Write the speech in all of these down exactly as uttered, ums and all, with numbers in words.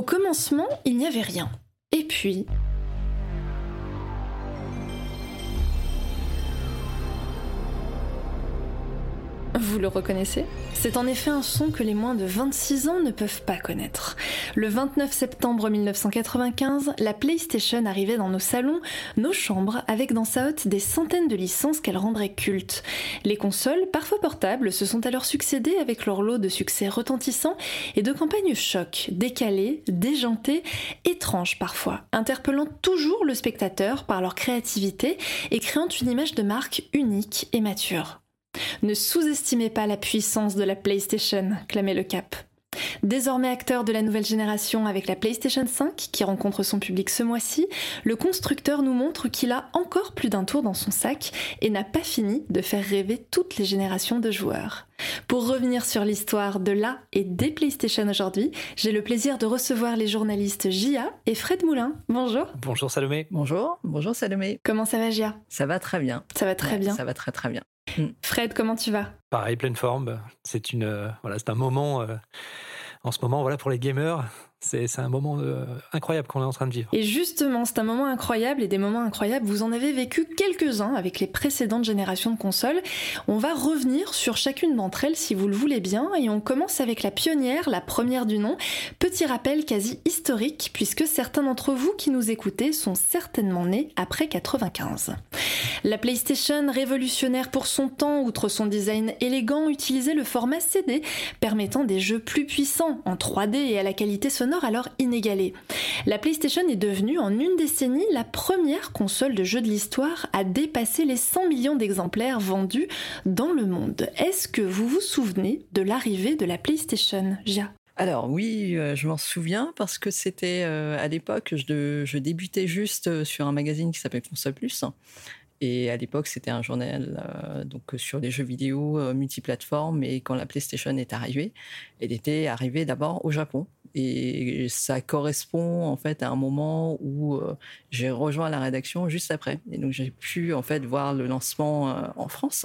commencement, il n'y avait rien. Et puis... Vous le reconnaissez ? C'est en effet un son que les moins de vingt-six ans ne peuvent pas connaître. Le vingt-neuf septembre mille neuf cent quatre-vingt-quinze, la PlayStation arrivait dans nos salons, nos chambres, avec dans sa hotte des centaines de licences qu'elle rendrait cultes. Les consoles, parfois portables, se sont alors succédées avec leur lot de succès retentissants et de campagnes choc, décalées, déjantées, étranges parfois, interpellant toujours le spectateur par leur créativité et créant une image de marque unique et mature. Ne sous-estimez pas la puissance de la PlayStation, clamait le Cap. Désormais acteur de la nouvelle génération avec la PlayStation cinq, qui rencontre son public ce mois-ci, le constructeur nous montre qu'il a encore plus d'un tour dans son sac et n'a pas fini de faire rêver toutes les générations de joueurs. Pour revenir sur l'histoire de la et des PlayStation aujourd'hui, j'ai le plaisir de recevoir les journalistes Gia et Fred Moulin. Bonjour. Bonjour Salomé. Bonjour, bonjour Salomé. Comment ça va Gia ? Ça va très bien. Ça va très ouais, bien. Ça va très très bien. Fred, comment tu vas ? Pareil, pleine forme. C'est une, euh, voilà, c'est un moment, euh, en ce moment, voilà, pour les gamers, c'est, c'est un moment euh, incroyable qu'on est en train de vivre. Et justement, c'est un moment incroyable et des moments incroyables, vous en avez vécu quelques-uns avec les précédentes générations de consoles. On va revenir sur chacune d'entre elles si vous le voulez bien et on commence avec la pionnière, la première du nom. Petit rappel quasi historique puisque certains d'entre vous qui nous écoutez sont certainement nés après quatre-vingt-quinze. La PlayStation, révolutionnaire pour son temps, outre son design élégant, utilisait le format C D, permettant des jeux plus puissants, en trois D et à la qualité sonore alors inégalée. La PlayStation est devenue, en une décennie, la première console de jeux de l'histoire à dépasser les cent millions d'exemplaires vendus dans le monde. Est-ce que vous vous souvenez de l'arrivée de la PlayStation, Gia ? Alors oui, euh, je m'en souviens parce que c'était euh, à l'époque, je, je débutais juste sur un magazine qui s'appelle Console Plus. Et à l'époque, c'était un journal euh, donc sur les jeux vidéo euh, multiplateformes. Et quand la PlayStation est arrivée, elle était arrivée d'abord au Japon. Et ça correspond en fait à un moment où euh, j'ai rejoint la rédaction juste après. Et donc j'ai pu en fait voir le lancement euh, en France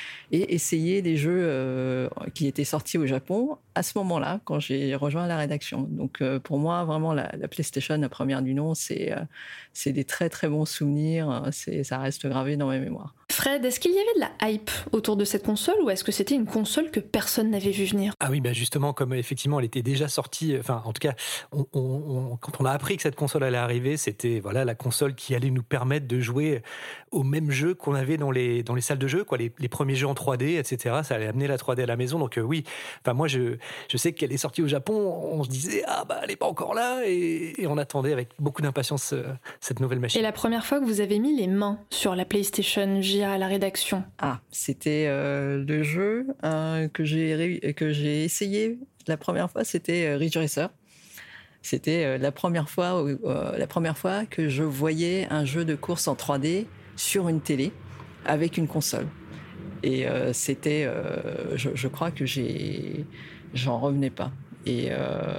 et essayer les jeux euh, qui étaient sortis au Japon à ce moment-là, quand j'ai rejoint la rédaction. Donc euh, pour moi, vraiment, la, la PlayStation, la première du nom, c'est, euh, c'est des très très bons souvenirs. C'est, ça reste gravé dans ma mémoire. Fred, est-ce qu'il y avait de la hype autour de cette console ou est-ce que c'était une console que personne n'avait vu venir ? Ah oui, bah justement, comme effectivement elle était déjà sortie, enfin en tout cas, on, on, on, quand on a appris que cette console allait arriver, c'était voilà la console qui allait nous permettre de jouer aux mêmes jeux qu'on avait dans les dans les salles de jeu, quoi, les, les premiers jeux en trois D, et cetera. Ça allait amener la trois D à la maison, donc euh, oui. Enfin moi, je je sais qu'elle est sortie au Japon, on se disait ah bah elle est pas encore là, et, et on attendait avec beaucoup d'impatience euh, cette nouvelle machine. Et la première fois que vous avez mis les mains sur la PlayStation, Gia, à la rédaction ? Ah, c'était euh, le jeu euh, que j'ai ré- que j'ai essayé la première fois, c'était euh, Ridge Racer. C'était euh, la première fois où, euh, la première fois que je voyais un jeu de course en trois D sur une télé avec une console. Et euh, c'était, euh, je, je crois que j'ai, j'en revenais pas. Et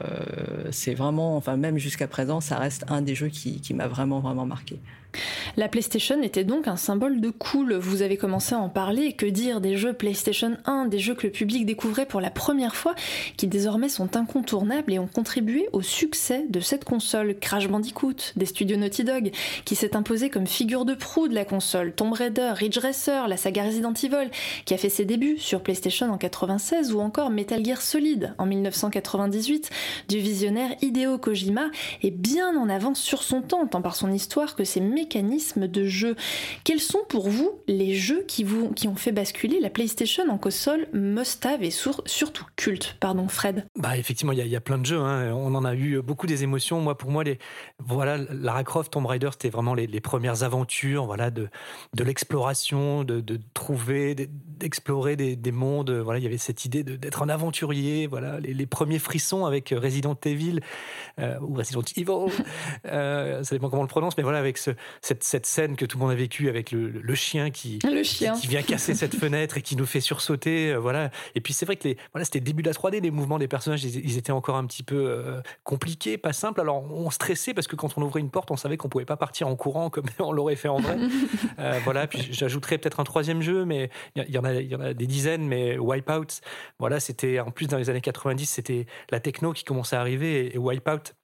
euh, c'est vraiment, enfin même jusqu'à présent, ça reste un des jeux qui, qui m'a vraiment vraiment marqué. La PlayStation était donc un symbole de cool, vous avez commencé à en parler, et que dire des jeux PlayStation un, des jeux que le public découvrait pour la première fois, qui désormais sont incontournables et ont contribué au succès de cette console. Crash Bandicoot, des studios Naughty Dog, qui s'est imposé comme figure de proue de la console, Tomb Raider, Ridge Racer, la saga Resident Evil, qui a fait ses débuts sur PlayStation en quatre-vingt-seize, ou encore Metal Gear Solid en dix-neuf cent quatre-vingt-dix-huit, du visionnaire Hideo Kojima, est bien en avance sur son temps, tant par son histoire que ses mécanismes de jeu. Quels sont pour vous les jeux qui, vous, qui ont fait basculer la PlayStation en console must-have et sur, surtout culte ? Pardon, Fred. Bah effectivement, il y, y a plein de jeux. Hein. On en a eu beaucoup des émotions. Moi, pour moi, les voilà, Lara Croft, Tomb Raider, c'était vraiment les, les premières aventures, voilà, de de l'exploration, de, de trouver, d'explorer des, des mondes. Voilà, il y avait cette idée de, d'être un aventurier. Voilà, les, les premiers frissons avec Resident Evil euh, ou Resident Evil. euh, ça dépend comment on le prononce, mais voilà, avec ce Cette, cette scène que tout le monde a vécue avec le, le chien, qui, le chien. Qui, qui vient casser cette fenêtre et qui nous fait sursauter, euh, voilà. Et puis c'est vrai que les, voilà, c'était le début de la trois D, les mouvements des personnages, ils, ils étaient encore un petit peu euh, compliqués, pas simples. Alors on stressait parce que quand on ouvrait une porte, on savait qu'on pouvait pas partir en courant comme on l'aurait fait en vrai. euh, voilà. Puis j'ajouterais peut-être un troisième jeu, mais il y, y en a, il y en a des dizaines. Mais Wipeout, voilà, c'était en plus dans les années quatre-vingt-dix, c'était la techno qui commençait à arriver et, et Wipeout.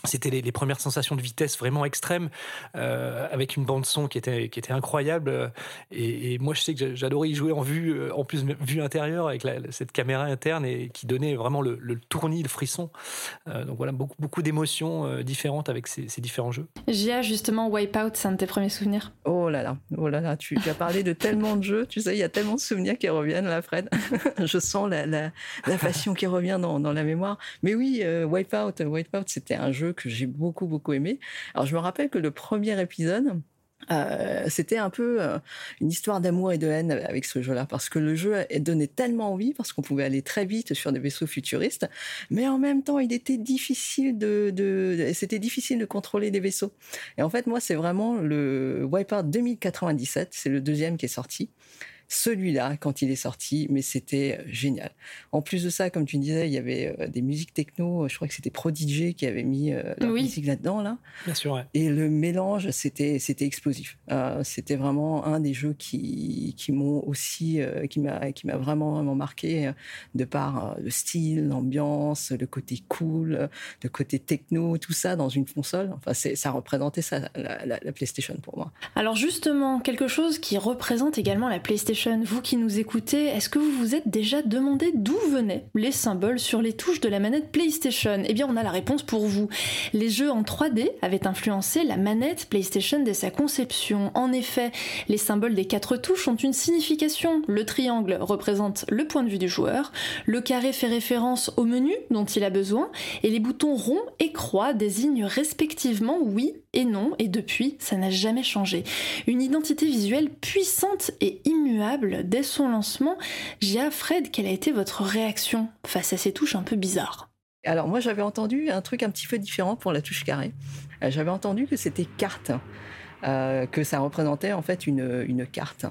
C'était les, les premières sensations de vitesse vraiment extrêmes, euh, avec une bande son qui était qui était incroyable. Et, et moi, je sais que j'adorais y jouer en vue, en plus vue intérieure avec la, cette caméra interne et qui donnait vraiment le, le tournis, le frisson. Euh, donc voilà, beaucoup beaucoup d'émotions euh, différentes avec ces, ces différents jeux. Gia, justement, Wipeout, c'est un de tes premiers souvenirs? Oh là là, oh là là, tu, tu as parlé de tellement de jeux. Tu sais, il y a tellement de souvenirs qui reviennent là, Fred. Je sens la, la, la passion qui revient dans, dans la mémoire. Mais oui, euh, Wipeout, Wipeout, c'était un jeu que j'ai beaucoup, beaucoup aimé. Alors, je me rappelle que le premier épisode, euh, c'était un peu euh, une histoire d'amour et de haine avec ce jeu-là, parce que le jeu donnait tellement envie, parce qu'on pouvait aller très vite sur des vaisseaux futuristes, mais en même temps, il était difficile de, de c'était difficile de contrôler les vaisseaux. Et en fait, moi, c'est vraiment le Wipeout deux mille quatre-vingt-dix-sept, c'est le deuxième qui est sorti. Celui-là, quand il est sorti, mais c'était génial. En plus de ça, comme tu disais, il y avait euh, des musiques techno. Je crois que c'était Prodigy qui avait mis euh, la oui. musique là-dedans, là. Bien sûr, ouais. Et le mélange, c'était c'était explosif. Euh, c'était vraiment un des jeux qui qui m'ont aussi euh, qui m'a qui m'a vraiment vraiment marqué euh, de par euh, le style, l'ambiance, le côté cool, le côté techno, tout ça dans une console. Enfin, c'est ça représentait ça la, la, la PlayStation pour moi. Alors justement, quelque chose qui représente également la PlayStation. Vous qui nous écoutez, est-ce que vous vous êtes déjà demandé d'où venaient les symboles sur les touches de la manette PlayStation? Eh bien, on a la réponse pour vous. Les jeux en trois D avaient influencé la manette PlayStation dès sa conception. En effet, les symboles des quatre touches ont une signification. Le triangle représente le point de vue du joueur, le carré fait référence au menu dont il a besoin, et les boutons ronds et croix désignent respectivement oui et non, et depuis, ça n'a jamais changé. Une identité visuelle puissante et immuable dès son lancement. Gia, Fred, quelle a été votre réaction face à ces touches un peu bizarres? Alors moi, j'avais entendu un truc un petit peu différent pour la touche carré. Euh, j'avais entendu que c'était carte, euh, que ça représentait en fait une, une carte.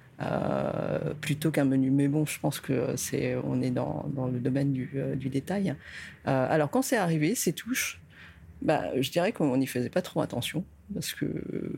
Euh, plutôt qu'un menu. Mais bon, je pense que c'est, on est dans, dans le domaine du, euh, du détail. Euh, alors quand c'est arrivé, ces touches, bah, je dirais qu'on n'y faisait pas trop attention parce que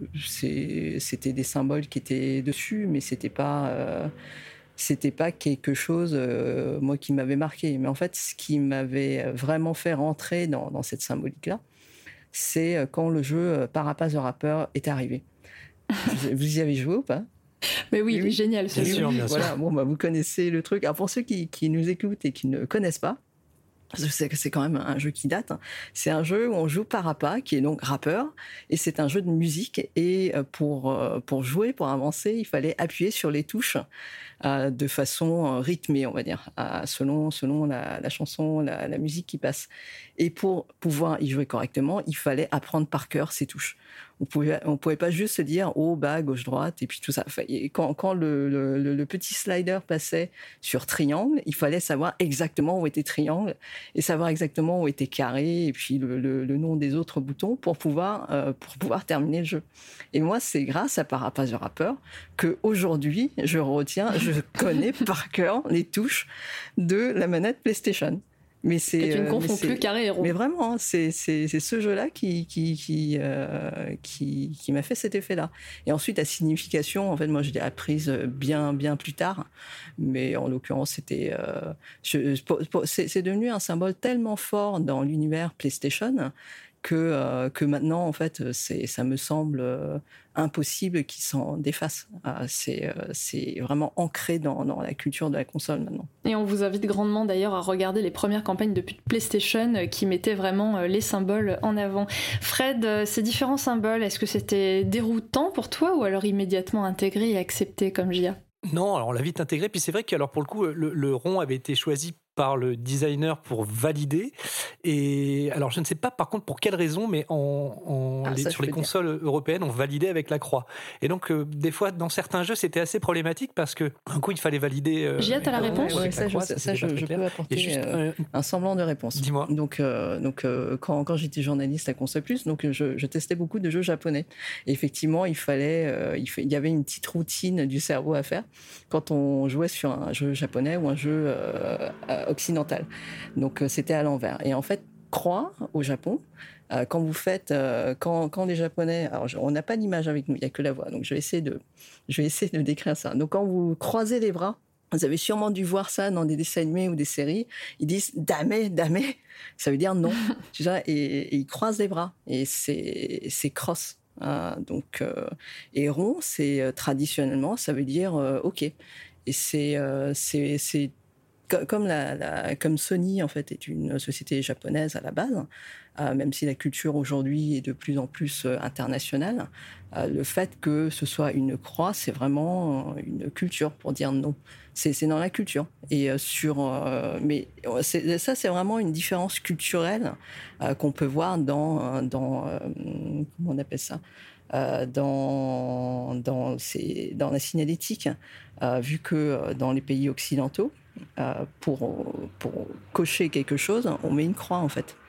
c'est, c'était des symboles qui étaient dessus, mais c'était pas, euh, c'était pas quelque chose, euh, moi, qui m'avait marqué. Mais en fait, ce qui m'avait vraiment fait rentrer dans, dans cette symbolique-là, c'est quand le jeu Parapaz the Rapper est arrivé. Vous y avez joué ou pas? Mais oui, il est génial ce jeu. Bien sûr, bien sûr. Voilà, bon, bah, vous connaissez le truc. Alors pour ceux qui, qui nous écoutent et qui ne connaissent pas, parce que c'est, c'est quand même un jeu qui date. C'est un jeu où on joue Parappa, qui est donc rappeur, et c'est un jeu de musique. Et pour pour jouer, pour avancer, il fallait appuyer sur les touches euh, de façon rythmée, on va dire, euh, selon selon la, la chanson, la, la musique qui passe. Et pour pouvoir y jouer correctement, il fallait apprendre par cœur ces touches. On pouvait, on pouvait pas juste se dire haut, bas, gauche, droite, et puis tout ça. Enfin, quand quand le, le, le petit slider passait sur triangle, il fallait savoir exactement où était triangle et savoir exactement où était carré, et puis le, le, le nom des autres boutons pour pouvoir euh, pour pouvoir terminer le jeu. Et moi, c'est grâce à Parappa the Rapper que aujourd'hui, je retiens, je connais par cœur les touches de la manette PlayStation. Mais c'est que tu ne euh, confonds plus carré et rond. Mais vraiment, hein, c'est, c'est, c'est ce jeu-là qui, qui, qui, euh, qui, qui m'a fait cet effet-là. Et ensuite, la signification, en fait, moi, je l'ai apprise bien, bien plus tard. Mais en l'occurrence, c'était, euh, je, c'est, c'est devenu un symbole tellement fort dans l'univers PlayStation que, euh, que maintenant, en fait, c'est, ça me semble euh, impossible qu'il s'en défasse. Euh, c'est, euh, c'est vraiment ancré dans, dans la culture de la console maintenant. Et on vous invite grandement d'ailleurs à regarder les premières campagnes de PlayStation qui mettaient vraiment les symboles en avant. Fred, ces différents symboles, est-ce que c'était déroutant pour toi ou alors immédiatement intégré et accepté comme J A? Non, alors on l'a vite intégré, puis c'est vrai que alors pour le coup, le, le rond avait été choisi par le designer pour valider. Et alors, je ne sais pas par contre pour quelle raison, mais en, en ah, les, ça, sur les consoles dire. européennes, on validait avec la croix. Et donc, euh, des fois, dans certains jeux, c'était assez problématique parce que un coup, il fallait valider. Euh, J A, t'as la réponse? Oui, ça, croix, je, ça, ça je, je peux apporter juste, euh, un semblant de réponse. Dis-moi. Donc, euh, donc euh, quand, quand j'étais journaliste à Console Plus, donc je, je testais beaucoup de jeux japonais. Et effectivement, il fallait, euh, il, fa- il y avait une petite routine du cerveau à faire quand on jouait sur un jeu japonais ou un jeu euh, occidental. Donc euh, c'était à l'envers. Et en fait, croix au Japon, euh, quand vous faites, euh, quand, quand les Japonais, alors je, on n'a pas d'image avec nous, il n'y a que la voix, donc je vais essayer de, je vais essayer de décrire ça. Donc quand vous croisez les bras Vous avez sûrement dû voir ça dans des dessins animés ou des séries. Ils disent « dame, dame », ça veut dire non. Tu vois, et, et ils croisent les bras. Et c'est, c'est cross. Euh, donc, euh, et rond, c'est euh, traditionnellement, ça veut dire euh, OK. Et c'est, euh, c'est, c'est comme, la, la, comme Sony, en fait, est une société japonaise à la base, euh, même si la culture aujourd'hui est de plus en plus euh, internationale, euh, le fait que ce soit une croix, c'est vraiment une culture pour dire non. C'est, c'est dans la culture. Et euh, sur, euh, mais c'est, ça, c'est vraiment une différence culturelle euh, qu'on peut voir dans, dans euh, comment on appelle ça, euh, dans, dans, ces, dans la signalétique, euh, vu que euh, dans les pays occidentaux, euh, pour, pour cocher quelque chose, on met une croix, en fait.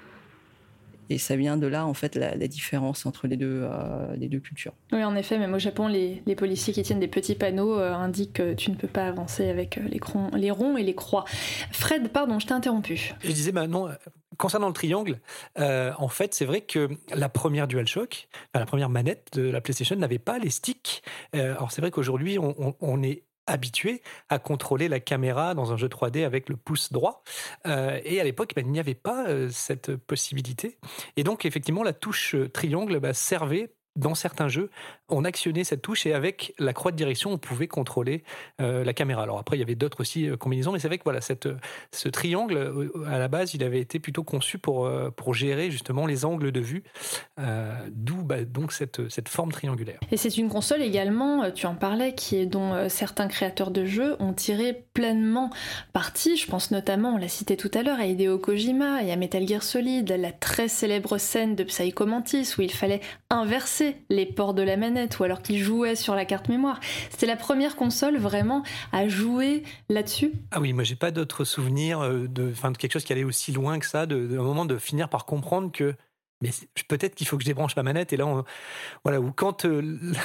Et ça vient de là, en fait, la, la différence entre les deux, euh, les deux cultures. Oui, en effet, même au Japon, les, les policiers qui tiennent des petits panneaux euh, indiquent que tu ne peux pas avancer avec les, cron- les ronds et les croix. Fred, pardon, je t'ai interrompu. Je disais, bah non, concernant le triangle, euh, en fait, c'est vrai que la première DualShock, enfin, la première manette de la PlayStation n'avait pas les sticks. Euh, alors c'est vrai qu'aujourd'hui, on, on, on est habitué à contrôler la caméra dans un jeu trois D avec le pouce droit. Euh, et à l'époque, ben, il n'y avait pas euh, cette possibilité. Et donc, effectivement, la touche triangle bah, servait dans certains jeux, on actionnait cette touche et avec la croix de direction, on pouvait contrôler euh, la caméra. Alors après, il y avait d'autres aussi euh, combinaisons, mais c'est vrai que voilà, cette, ce triangle, euh, à la base, il avait été plutôt conçu pour, euh, pour gérer justement les angles de vue, euh, d'où bah, donc cette, cette forme triangulaire. Et c'est une console également, tu en parlais, qui est dont euh, certains créateurs de jeux ont tiré pleinement parti. Je pense notamment, on l'a cité tout à l'heure, à Hideo Kojima et à Metal Gear Solid, la très célèbre scène de Psycho Mantis où il fallait inverser les ports de la manette ou alors qu'il jouait sur la carte mémoire. C'était la première console vraiment à jouer là-dessus. Ah oui, moi j'ai pas d'autres souvenirs de, enfin, de quelque chose qui allait aussi loin que ça, de, de un moment de finir par comprendre que mais peut-être qu'il faut que je débranche ma manette et là on, voilà, ou quand euh,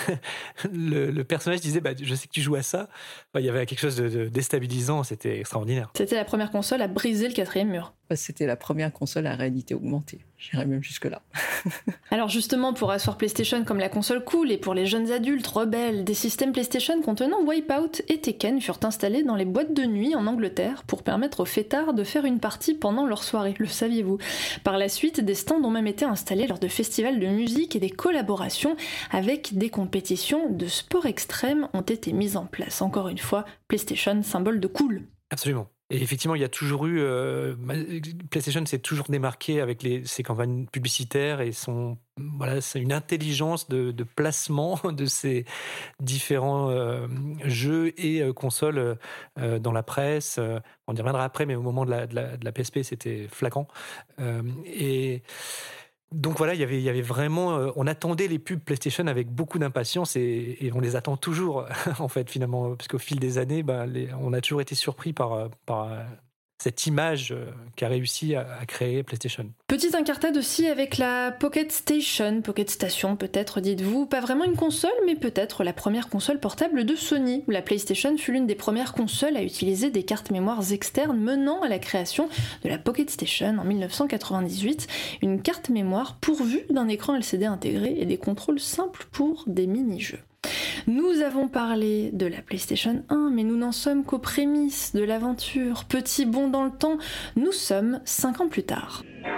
le, le personnage disait bah, je sais que tu joues à ça, bah, il y avait quelque chose de, de déstabilisant, c'était extraordinaire. C'était la première console à briser le quatrième mur. C'était la première console à réalité augmentée. J'irais même jusque-là. Alors justement, pour asseoir PlayStation comme la console cool et pour les jeunes adultes rebelles, des systèmes PlayStation contenant Wipeout et Tekken furent installés dans les boîtes de nuit en Angleterre pour permettre aux fêtards de faire une partie pendant leur soirée, le saviez-vous ? Par la suite, des stands ont même été installés lors de festivals de musique et des collaborations avec des compétitions de sport extrême ont été mises en place. Encore une fois, PlayStation, symbole de cool. Absolument. Et effectivement, il y a toujours eu... Euh, PlayStation s'est toujours démarqué avec les, ses campagnes publicitaires et son, voilà, c'est une intelligence de, de placement de ces différents euh, jeux et euh, consoles euh, dans la presse. Euh, on y reviendra après, mais au moment de la, de la, de la P S P, c'était flagrant. Euh, et... Donc voilà, il y avait, il y avait vraiment... Euh, on attendait les pubs PlayStation avec beaucoup d'impatience et, et on les attend toujours, en fait, finalement. Parce qu'au fil des années, bah, les, on a toujours été surpris par, par cette image qu'a réussi à, à créer PlayStation. Petite incartade aussi avec la Pocket Station, Pocket Station peut-être, dites-vous. Pas vraiment une console, mais peut-être la première console portable de Sony. La PlayStation fut l'une des premières consoles à utiliser des cartes mémoires externes menant à la création de la Pocket Station en dix-neuf cent quatre-vingt-dix-huit. Une carte mémoire pourvue d'un écran L C D intégré et des contrôles simples pour des mini-jeux. Nous avons parlé de la PlayStation un, mais nous n'en sommes qu'aux prémices de l'aventure. Petit bond dans le temps, nous sommes cinq ans plus tard.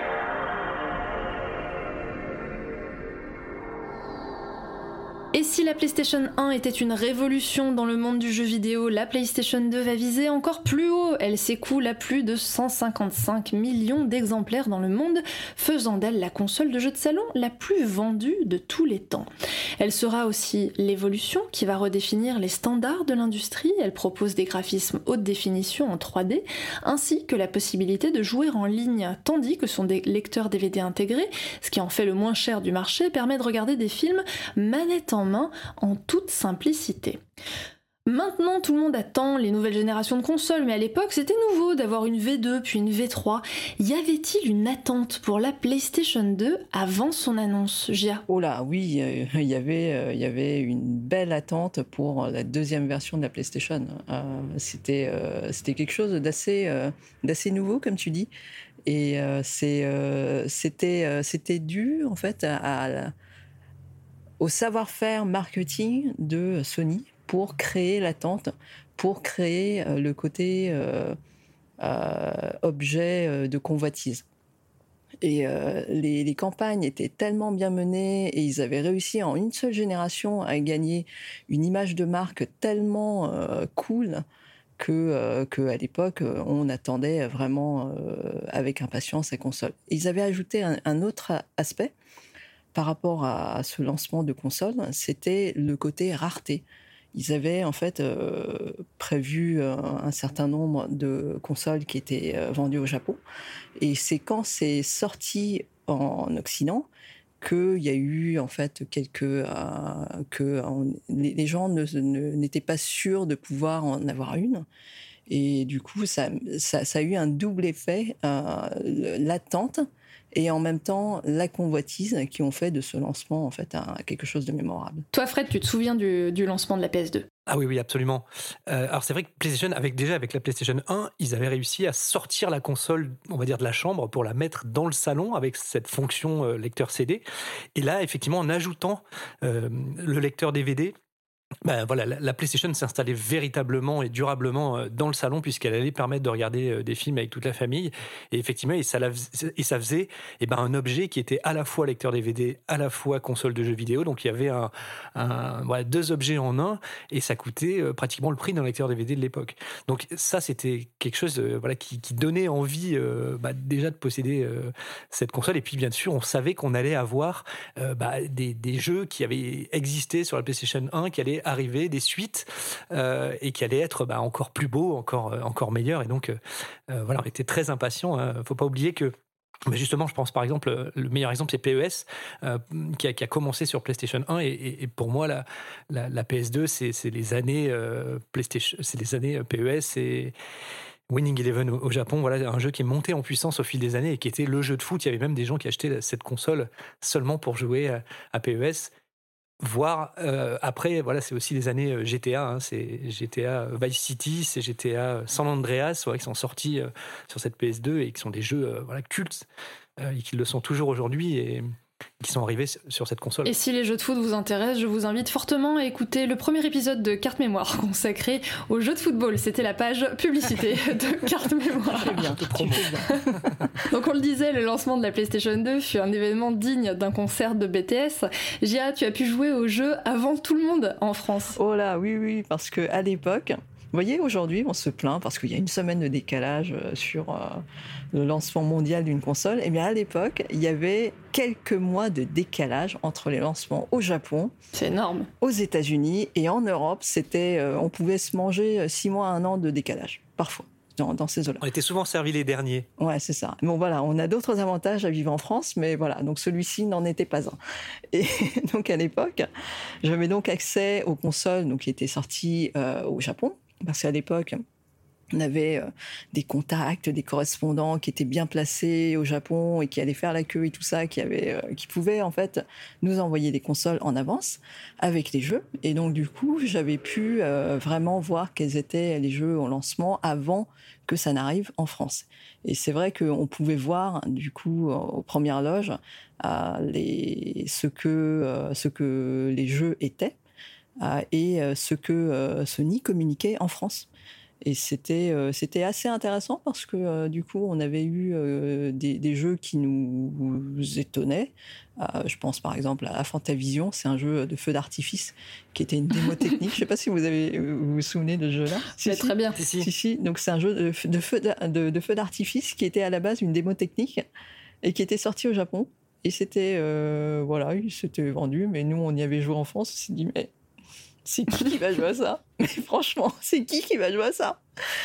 Et si la PlayStation un était une révolution dans le monde du jeu vidéo, la PlayStation deux va viser encore plus haut. Elle s'écoule à plus de cent cinquante-cinq millions d'exemplaires dans le monde, faisant d'elle la console de jeux de salon la plus vendue de tous les temps. Elle sera aussi l'évolution qui va redéfinir les standards de l'industrie. Elle propose des graphismes haute définition en trois D, ainsi que la possibilité de jouer en ligne, tandis que son lecteur D V D intégré, ce qui en fait le moins cher du marché, permet de regarder des films manette en main en toute simplicité. Maintenant, tout le monde attend les nouvelles générations de consoles, mais à l'époque, c'était nouveau d'avoir une V deux puis une V trois. Y avait-il une attente pour la PlayStation deux avant son annonce, Gia ? Oh là, oui, euh, il y avait, euh, il y avait une belle attente pour la deuxième version de la PlayStation. Euh, c'était, euh, c'était quelque chose d'assez, euh, d'assez nouveau, comme tu dis. Et euh, c'est, euh, c'était, euh, c'était dû, en fait, à, à, au savoir-faire marketing de Sony. pour créer l'attente, pour créer euh, le côté euh, euh, objet euh, de convoitise. Et euh, les, les campagnes étaient tellement bien menées et ils avaient réussi en une seule génération à gagner une image de marque tellement euh, cool que, euh, que à l'époque on attendait vraiment euh, avec impatience ces consoles. Et ils avaient ajouté un, un autre aspect par rapport à, à ce lancement de console, c'était le côté rareté. Ils avaient en fait euh, prévu euh, un certain nombre de consoles qui étaient euh, vendues au Japon. Et c'est quand c'est sorti en Occident qu'il y a eu en fait quelques euh, que on, les, les gens ne, ne, n'étaient pas sûrs de pouvoir en avoir une. Et du coup, ça, ça, ça a eu un double effet, euh, l'attente et en même temps la convoitise qui ont fait de ce lancement en fait un, quelque chose de mémorable. Toi, Fred, tu te souviens du, du lancement de la P S deux ? Ah oui, oui, absolument. Euh, alors c'est vrai que PlayStation, avec, déjà avec la PlayStation un, ils avaient réussi à sortir la console, on va dire, de la chambre pour la mettre dans le salon avec cette fonction euh, lecteur C D. Et là, effectivement, en ajoutant euh, le lecteur D V D, ben voilà, la PlayStation s'installait véritablement et durablement dans le salon puisqu'elle allait permettre de regarder des films avec toute la famille. Et effectivement, et ça, la, et ça faisait et ben, un objet qui était à la fois lecteur D V D, à la fois console de jeux vidéo. Donc il y avait un, un, voilà, deux objets en un et ça coûtait pratiquement le prix d'un lecteur D V D de l'époque. Donc ça, c'était quelque chose euh, voilà, qui, qui donnait envie euh, bah, déjà de posséder euh, cette console. Et puis bien sûr, on savait qu'on allait avoir euh, bah, des, des jeux qui avaient existé sur la PlayStation un, qui allaient arriver, des suites euh, et qui allaient être bah, encore plus beaux, encore, euh, encore meilleurs. Et donc, euh, voilà, on était très impatients. Il ne faut pas oublier que mais justement, je pense par exemple, le meilleur exemple, c'est P E S, euh, qui, a, qui a commencé sur PlayStation un. Et, et, et pour moi, la, la, la P S deux, c'est, c'est les années euh, PlayStation, c'est les années P E S et Winning Eleven au, au Japon. Voilà, un jeu qui est monté en puissance au fil des années et qui était le jeu de foot. Il y avait même des gens qui achetaient cette console seulement pour jouer à, à P E S. Voire euh, après, voilà, c'est aussi les années G T A, hein, c'est G T A Vice City, c'est G T A San Andreas, ouais, qui sont sortis euh, sur cette P S deux et qui sont des jeux euh, voilà, cultes euh, et qui le sont toujours aujourd'hui et qui sont arrivés sur cette console. Et si les jeux de foot vous intéressent, je vous invite fortement à écouter le premier épisode de Carte Mémoire consacré aux jeux de football. C'était la page publicité de Carte Mémoire. Très bien, tout promo. Donc on le disait, le lancement de la PlayStation deux fut un événement digne d'un concert de B T S. Gia, tu as pu jouer au jeu avant tout le monde en France. Oh là, oui, oui, parce qu'à l'époque... Vous voyez, aujourd'hui, on se plaint parce qu'il y a une semaine de décalage sur euh, le lancement mondial d'une console. Eh bien, à l'époque, il y avait quelques mois de décalage entre les lancements au Japon, c'est énorme, aux États-Unis et en Europe. C'était, euh, on pouvait se manger six mois, un an de décalage, parfois. Dans, dans ces eaux-là. On était souvent servis les derniers. Ouais, c'est ça. Bon, voilà, on a d'autres avantages à vivre en France, mais voilà, donc celui-ci n'en était pas un. Et donc, à l'époque, j'avais donc accès aux consoles donc, qui étaient sorties euh, au Japon, parce qu'à l'époque, on avait euh, des contacts, des correspondants qui étaient bien placés au Japon et qui allaient faire la queue et tout ça, qui, avaient, euh, qui pouvaient en fait nous envoyer des consoles en avance avec les jeux. Et donc du coup, j'avais pu euh, vraiment voir quels étaient les jeux au lancement avant que ça n'arrive en France. Et c'est vrai qu'on pouvait voir du coup aux premières loges euh, les, ce, que, euh, ce que les jeux étaient euh, et ce que euh, Sony communiquait en France. Et c'était, euh, c'était assez intéressant parce que euh, du coup, on avait eu euh, des, des jeux qui nous, nous étonnaient. Euh, je pense par exemple à Fantavision, c'est un jeu de feu d'artifice qui était une démo technique. Je ne sais pas si vous, avez, vous vous souvenez de ce jeu-là. Si, si, très bien. Si, si. si, si. Donc c'est un jeu de, de, feu, de, de feu d'artifice qui était à la base une démo technique et qui était sorti au Japon. Et c'était, euh, voilà, il s'était vendu, mais nous, on y avait joué en France. On s'est dit, mais... c'est qui qui va jouer à ça? Mais franchement, c'est qui qui va jouer à ça?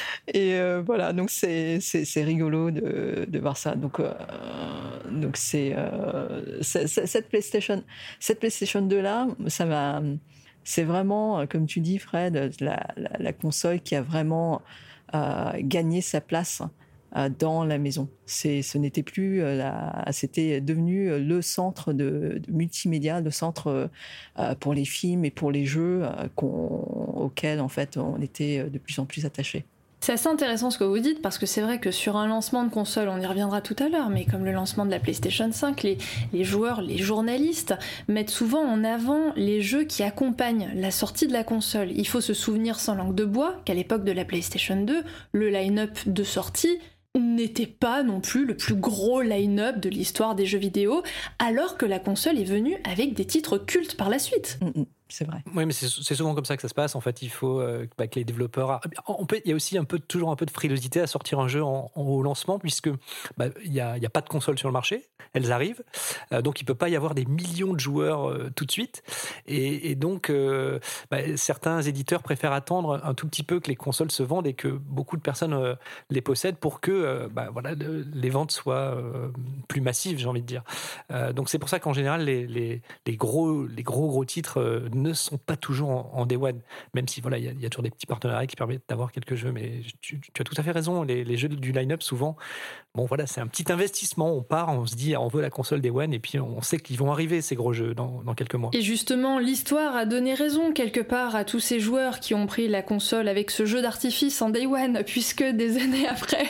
Et euh, voilà, donc c'est, c'est, c'est rigolo de, de voir ça. Donc, euh, donc c'est, euh, c'est, c'est, cette PlayStation, cette PlayStation deux là, ça m'a, c'est vraiment, comme tu dis, Fred, la, la, la console qui a vraiment euh, gagné sa place dans la maison. C'est, ce n'était plus la, c'était devenu le centre de, de multimédia, le centre euh, pour les films et pour les jeux euh, qu'on, auxquels en fait on était de plus en plus attachés. C'est assez intéressant ce que vous dites, parce que c'est vrai que sur un lancement de console, on y reviendra tout à l'heure, mais comme le lancement de la PlayStation cinq, les, les joueurs, les journalistes mettent souvent en avant les jeux qui accompagnent la sortie de la console. Il faut se souvenir sans langue de bois qu'à l'époque de la PlayStation deux, le line-up de sortie n'était pas non plus le plus gros line-up de l'histoire des jeux vidéo, alors que la console est venue avec des titres cultes par la suite. Mmh, c'est vrai. Oui, mais c'est, c'est souvent comme ça que ça se passe. En fait, il faut euh, bah, que les développeurs. On peut, il y a aussi un peu, toujours un peu de frilosité à sortir un jeu en, en, au lancement, puisque bah, il n'y a, il y a pas de console sur le marché. Elles arrivent, euh, donc il peut pas y avoir des millions de joueurs euh, tout de suite. Et, et donc, euh, bah, certains éditeurs préfèrent attendre un tout petit peu que les consoles se vendent et que beaucoup de personnes euh, les possèdent pour que euh, bah, voilà, le, les ventes soient euh, plus massives, j'ai envie de dire. Euh, donc c'est pour ça qu'en général, les, les, les gros, les gros gros titres euh, ne sont pas toujours en, en Day One, même si voilà, il y, y a toujours des petits partenariats qui permettent d'avoir quelques jeux. Mais tu, tu as tout à fait raison. Les, les jeux du line-up, souvent, bon voilà, c'est un petit investissement. On part, on se dit, on veut la console Day One, et puis on sait qu'ils vont arriver ces gros jeux dans, dans quelques mois. Et justement, l'histoire a donné raison quelque part à tous ces joueurs qui ont pris la console avec ce jeu d'artifice en Day One, puisque des années après,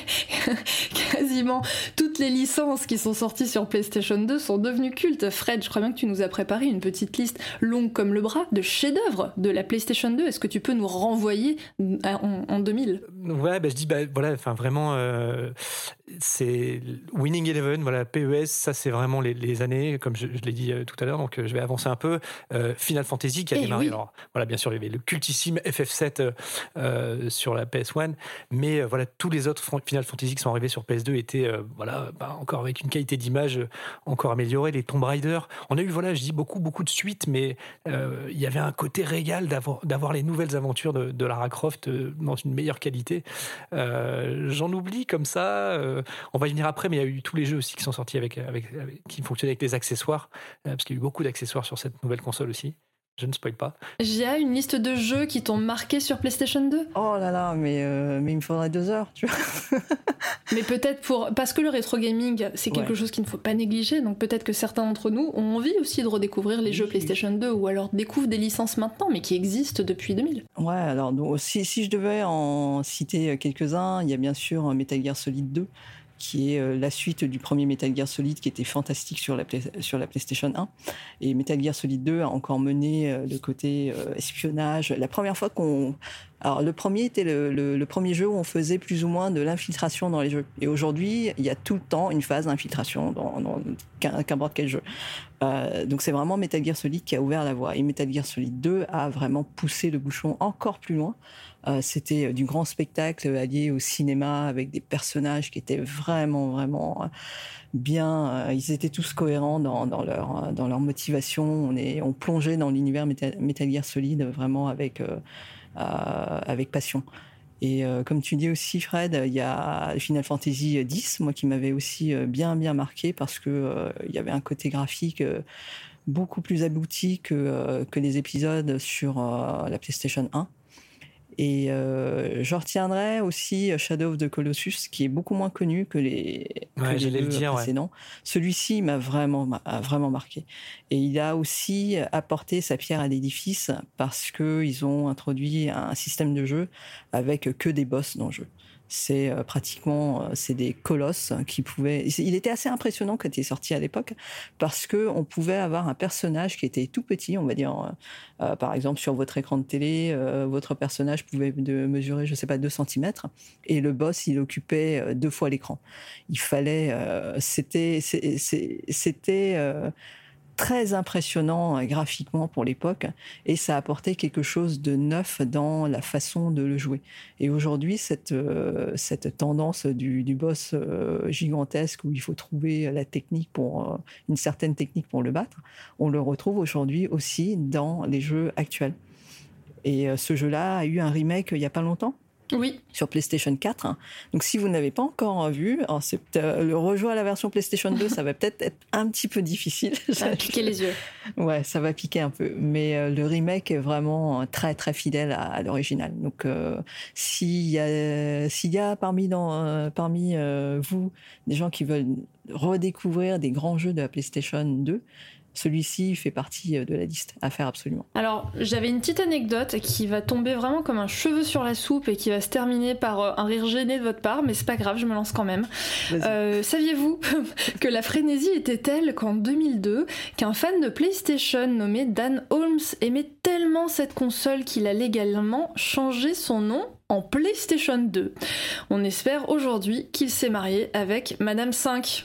quasiment toutes les licences qui sont sorties sur PlayStation deux sont devenues cultes. Fred, je crois bien que tu nous as préparé une petite liste longue comme le bras de chefs-d'œuvre de la PlayStation deux. Est-ce que tu peux nous renvoyer en, en deux mille? Ouais, bah, je dis, bah, voilà, enfin vraiment, euh, c'est Winning Eleven, voilà, P E S, ça c'est vraiment les, les années, comme je, je l'ai dit euh, tout à l'heure, donc euh, je vais avancer un peu. Euh, Final Fantasy qui a Eh démarré, oui. alors voilà, bien sûr, il y avait le cultissime F F sept euh, sur la P S un, mais euh, voilà, tous les autres Final Fantasy qui sont arrivés sur P S deux étaient, euh, voilà, bah, encore avec une qualité d'image euh, encore améliorée. Les Tomb Raider, on a eu, voilà, je dis beaucoup, beaucoup de suites, mais euh, il y avait un côté régal d'avoir, d'avoir les nouvelles aventures de, de Lara Croft euh, dans une meilleure qualité. Euh, j'en oublie comme ça. Euh, on va y venir après, mais il y a eu tous les jeux aussi qui sont sortis avec, avec, avec qui fonctionnaient avec les accessoires, euh, parce qu'il y a eu beaucoup d'accessoires sur cette nouvelle console aussi. Je ne spoil pas. J'ai une liste de jeux qui t'ont marqué sur PlayStation deux. Oh là là, mais, euh, mais il me faudrait deux heures, tu vois. Mais peut-être pour... Parce que le rétro gaming, c'est quelque Ouais. chose qu'il ne faut pas négliger, donc peut-être que certains d'entre nous ont envie aussi de redécouvrir les Oui, jeux oui. PlayStation deux, ou alors découvrent des licences maintenant, mais qui existent depuis deux mille. Ouais, alors donc, si, si je devais en citer quelques-uns, il y a bien sûr Metal Gear Solid deux, qui est euh, la suite du premier Metal Gear Solid qui était fantastique sur la, Play- sur la PlayStation un. Et Metal Gear Solid deux a encore mené euh, le côté euh, espionnage. La première fois qu'on... Alors le premier était le, le, le premier jeu où on faisait plus ou moins de l'infiltration dans les jeux. Et aujourd'hui, il y a tout le temps une phase d'infiltration dans, dans qu'importe quel jeu. Euh, donc c'est vraiment Metal Gear Solid qui a ouvert la voie. Et Metal Gear Solid deux a vraiment poussé le bouchon encore plus loin. Euh, c'était du grand spectacle allié au cinéma avec des personnages qui étaient vraiment, vraiment bien. Euh, ils étaient tous cohérents dans, dans, leur, dans leur motivation. On, est, on plongeait dans l'univers Metal, Metal Gear Solid vraiment avec, euh, euh, avec passion. Et euh, comme tu dis aussi, Fred, il y a Final Fantasy dix, moi qui m'avait aussi bien, bien marqué parce que euh, il y avait un côté graphique euh, beaucoup plus abouti que, euh, que les épisodes sur euh, la PlayStation un. Et euh, je retiendrai aussi Shadow of the Colossus, qui est beaucoup moins connu que les, que Ouais, les j'allais deux le dire, ouais. précédents. Celui-ci m'a vraiment, m'a vraiment marqué. Et il a aussi apporté sa pierre à l'édifice parce qu'ils ont introduit un système de jeu avec que des boss dans le jeu. C'est euh, pratiquement euh, c'est des colosses qui pouvaient. Il était assez impressionnant quand il est sorti à l'époque parce que on pouvait avoir un personnage qui était tout petit, on va dire. Euh, euh, par exemple, sur votre écran de télé, euh, votre personnage pouvait de mesurer, je sais pas, deux centimètres, et le boss, il occupait euh, deux fois l'écran. Il fallait, euh, c'était, c'est, c'est, c'était euh, très impressionnant euh, graphiquement pour l'époque, et ça apportait quelque chose de neuf dans la façon de le jouer. Et aujourd'hui, cette, euh, cette tendance du, du boss euh, gigantesque où il faut trouver la technique pour, euh, une certaine technique pour le battre, on le retrouve aujourd'hui aussi dans les jeux actuels. Et euh, ce jeu-là a eu un remake il n'y a pas longtemps. Oui. Sur PlayStation quatre. Donc si vous n'avez pas encore vu, alors c'est, euh, le rejouer à la version PlayStation deux, ça va peut-être être un petit peu difficile. Ça va piquer les yeux. Ouais, ça va piquer un peu. Mais euh, le remake est vraiment très très fidèle à, à l'original. Donc euh, s'il y a, s'il y a parmi, dans, euh, parmi euh, vous des gens qui veulent redécouvrir des grands jeux de la PlayStation deux, celui-ci fait partie de la liste à faire absolument. Alors, j'avais une petite anecdote qui va tomber vraiment comme un cheveu sur la soupe et qui va se terminer par un rire gêné de votre part, mais c'est pas grave, je me lance quand même. Euh, saviez-vous que la frénésie était telle qu'en deux mille deux, qu'un fan de PlayStation nommé Dan Holmes aimait tellement cette console qu'il a légalement changé son nom en PlayStation deux. On espère aujourd'hui qu'il s'est marié avec Madame cinq.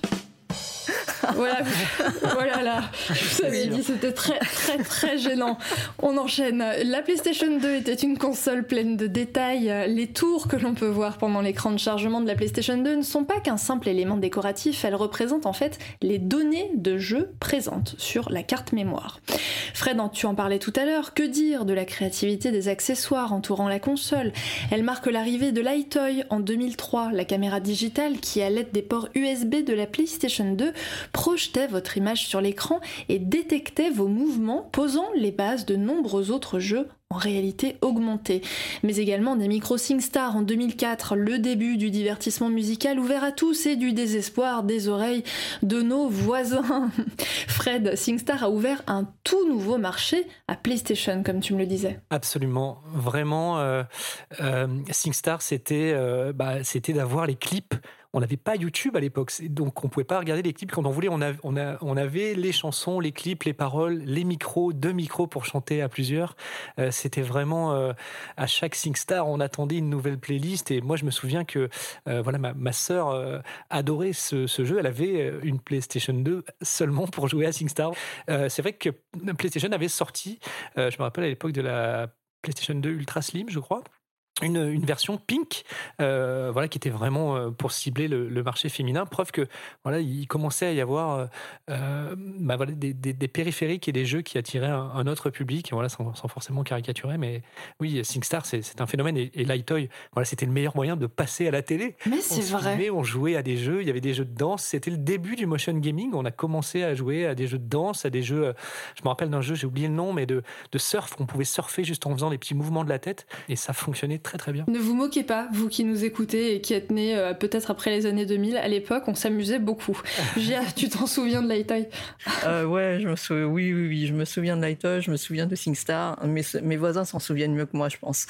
Voilà, voilà là, je vous avais dit, c'était très très très gênant. On enchaîne. La PlayStation deux était une console pleine de détails. Les tours que l'on peut voir pendant l'écran de chargement de la PlayStation deux ne sont pas qu'un simple élément décoratif, elles représentent en fait les données de jeu présentes sur la carte mémoire. Fred, tu en parlais tout à l'heure, que dire de la créativité des accessoires entourant la console ? Elle marque l'arrivée de l'iToy en deux mille trois, la caméra digitale qui, à l'aide des ports U S B de la PlayStation deux, projetait votre image sur l'écran et détectait vos mouvements, posant les bases de nombreux autres jeux en réalité augmentée. Mais également des micros SingStar en deux mille quatre, le début du divertissement musical ouvert à tous et du désespoir des oreilles de nos voisins. Fred, SingStar a ouvert un tout nouveau marché à PlayStation, comme tu me le disais. Absolument, vraiment. Euh, euh, SingStar, c'était, euh, bah, c'était d'avoir les clips. On n'avait pas YouTube à l'époque, donc on ne pouvait pas regarder les clips quand on voulait. On, a, on, a, on avait les chansons, les clips, les paroles, les micros, deux micros pour chanter à plusieurs. Euh, c'était vraiment, euh, à chaque SingStar, on attendait une nouvelle playlist. Et moi, je me souviens que euh, voilà, ma, ma sœur euh, adorait ce, ce jeu. Elle avait une PlayStation deux seulement pour jouer à SingStar. Euh, c'est vrai que PlayStation avait sorti, euh, je me rappelle à l'époque de la PlayStation deux Ultra Slim, je crois, Une, une version pink, euh, voilà, qui était vraiment euh, pour cibler le, le marché féminin. Preuve que voilà, il commençait à y avoir euh, bah, voilà, des, des, des périphériques et des jeux qui attiraient un, un autre public, voilà, sans, sans forcément caricaturer. Mais oui, SingStar, c'est, c'est un phénomène. Et, et l'iToy, voilà, c'était le meilleur moyen de passer à la télé. Mais c'est on vrai. Filmait, on jouait à des jeux, il y avait des jeux de danse. C'était le début du motion gaming. On a commencé à jouer à des jeux de danse, à des jeux. Je me rappelle d'un jeu, j'ai oublié le nom, mais de, de surf. On pouvait surfer juste en faisant des petits mouvements de la tête, et ça fonctionnait très très bien. Ne vous moquez pas, vous qui nous écoutez et qui êtes nés euh, peut-être après les années deux mille, à l'époque on s'amusait beaucoup. Gia, tu t'en souviens de l'iToy ? euh, Ouais, je me souviens, oui, oui, oui, je me souviens de l'iToy, je me souviens de SingStar. Mes, mes voisins s'en souviennent mieux que moi, je pense.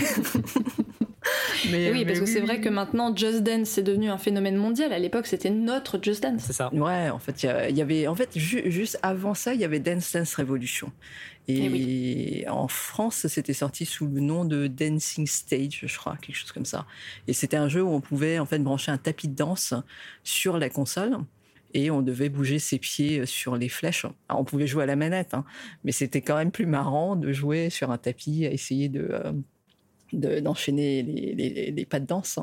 Mais, oui, parce mais que oui, c'est vrai que maintenant Just Dance c'est devenu un phénomène mondial. À l'époque, c'était notre Just Dance. C'est ça. Ouais, en fait, il y, y avait, en fait, ju- juste avant ça, il y avait Dance Dance Revolution. Et, et oui. En France, c'était sorti sous le nom de Dancing Stage, je crois, quelque chose comme ça. Et c'était un jeu où on pouvait en fait brancher un tapis de danse sur la console. Et on devait bouger ses pieds sur les flèches. Alors, on pouvait jouer à la manette, hein, mais c'était quand même plus marrant de jouer sur un tapis, à essayer de, euh, de, d'enchaîner les, les, les pas de danse.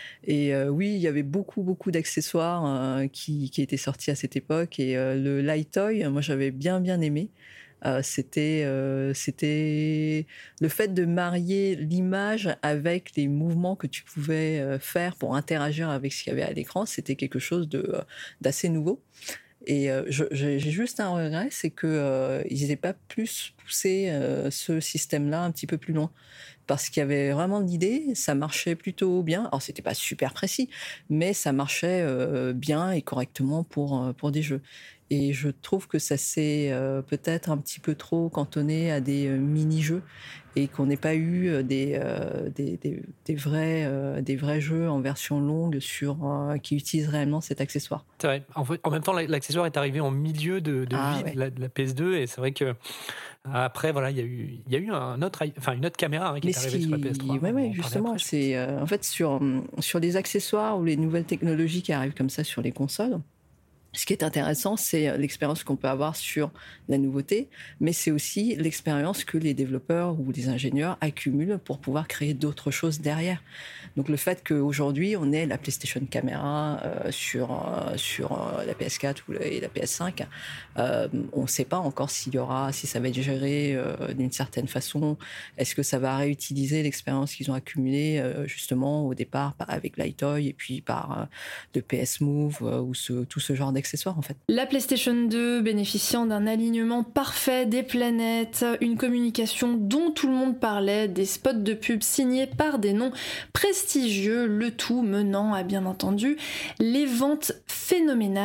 Et euh, oui, il y avait beaucoup, beaucoup d'accessoires euh, qui, qui étaient sortis à cette époque. Et euh, le l'iToy, moi, j'avais bien, bien aimé. Euh, c'était, euh, c'était le fait de marier l'image avec les mouvements que tu pouvais euh, faire pour interagir avec ce qu'il y avait à l'écran. C'était quelque chose de, euh, d'assez nouveau. Et euh, je, j'ai juste un regret, c'est qu'ils euh, n'aient pas plus poussé euh, ce système-là un petit peu plus loin. Parce qu'il y avait vraiment de l'idée, ça marchait plutôt bien. Alors, c'était pas super précis, mais ça marchait euh, bien et correctement pour, pour des jeux. Et je trouve que ça s'est euh, peut-être un petit peu trop cantonné à des euh, mini-jeux et qu'on n'ait pas eu des, euh, des, des, des, vrais, euh, des vrais jeux en version longue sur, euh, qui utilisent réellement cet accessoire. C'est vrai. En, fait, en même temps, l'accessoire est arrivé en milieu de, de ah, vie ouais. de, la, de la P S deux et c'est vrai que après, voilà, il y a eu, il y a eu un autre, enfin une autre caméra hein, qui Mais est arrivée qui... sur la P S trois. Oui, ouais, justement, après, c'est euh, en fait sur sur les accessoires ou les nouvelles technologies qui arrivent comme ça sur les consoles. Ce qui est intéressant, c'est l'expérience qu'on peut avoir sur la nouveauté, mais c'est aussi l'expérience que les développeurs ou les ingénieurs accumulent pour pouvoir créer d'autres choses derrière. Donc le fait qu'aujourd'hui, on ait la PlayStation Camera euh, sur, euh, sur euh, la P S quatre ou la, et la P S cinq, euh, on ne sait pas encore s'il y aura, si ça va être géré euh, d'une certaine façon. Est-ce que ça va réutiliser l'expérience qu'ils ont accumulée euh, justement au départ avec l'iToy et puis par euh, le P S Move euh, ou ce, tout ce genre d'accessoires en fait. La PlayStation deux bénéficiant d'un alignement parfait des planètes, une communication dont tout le monde parlait, des spots de pub signés par des noms prestigieux, le tout menant à bien entendu les ventes phénoménales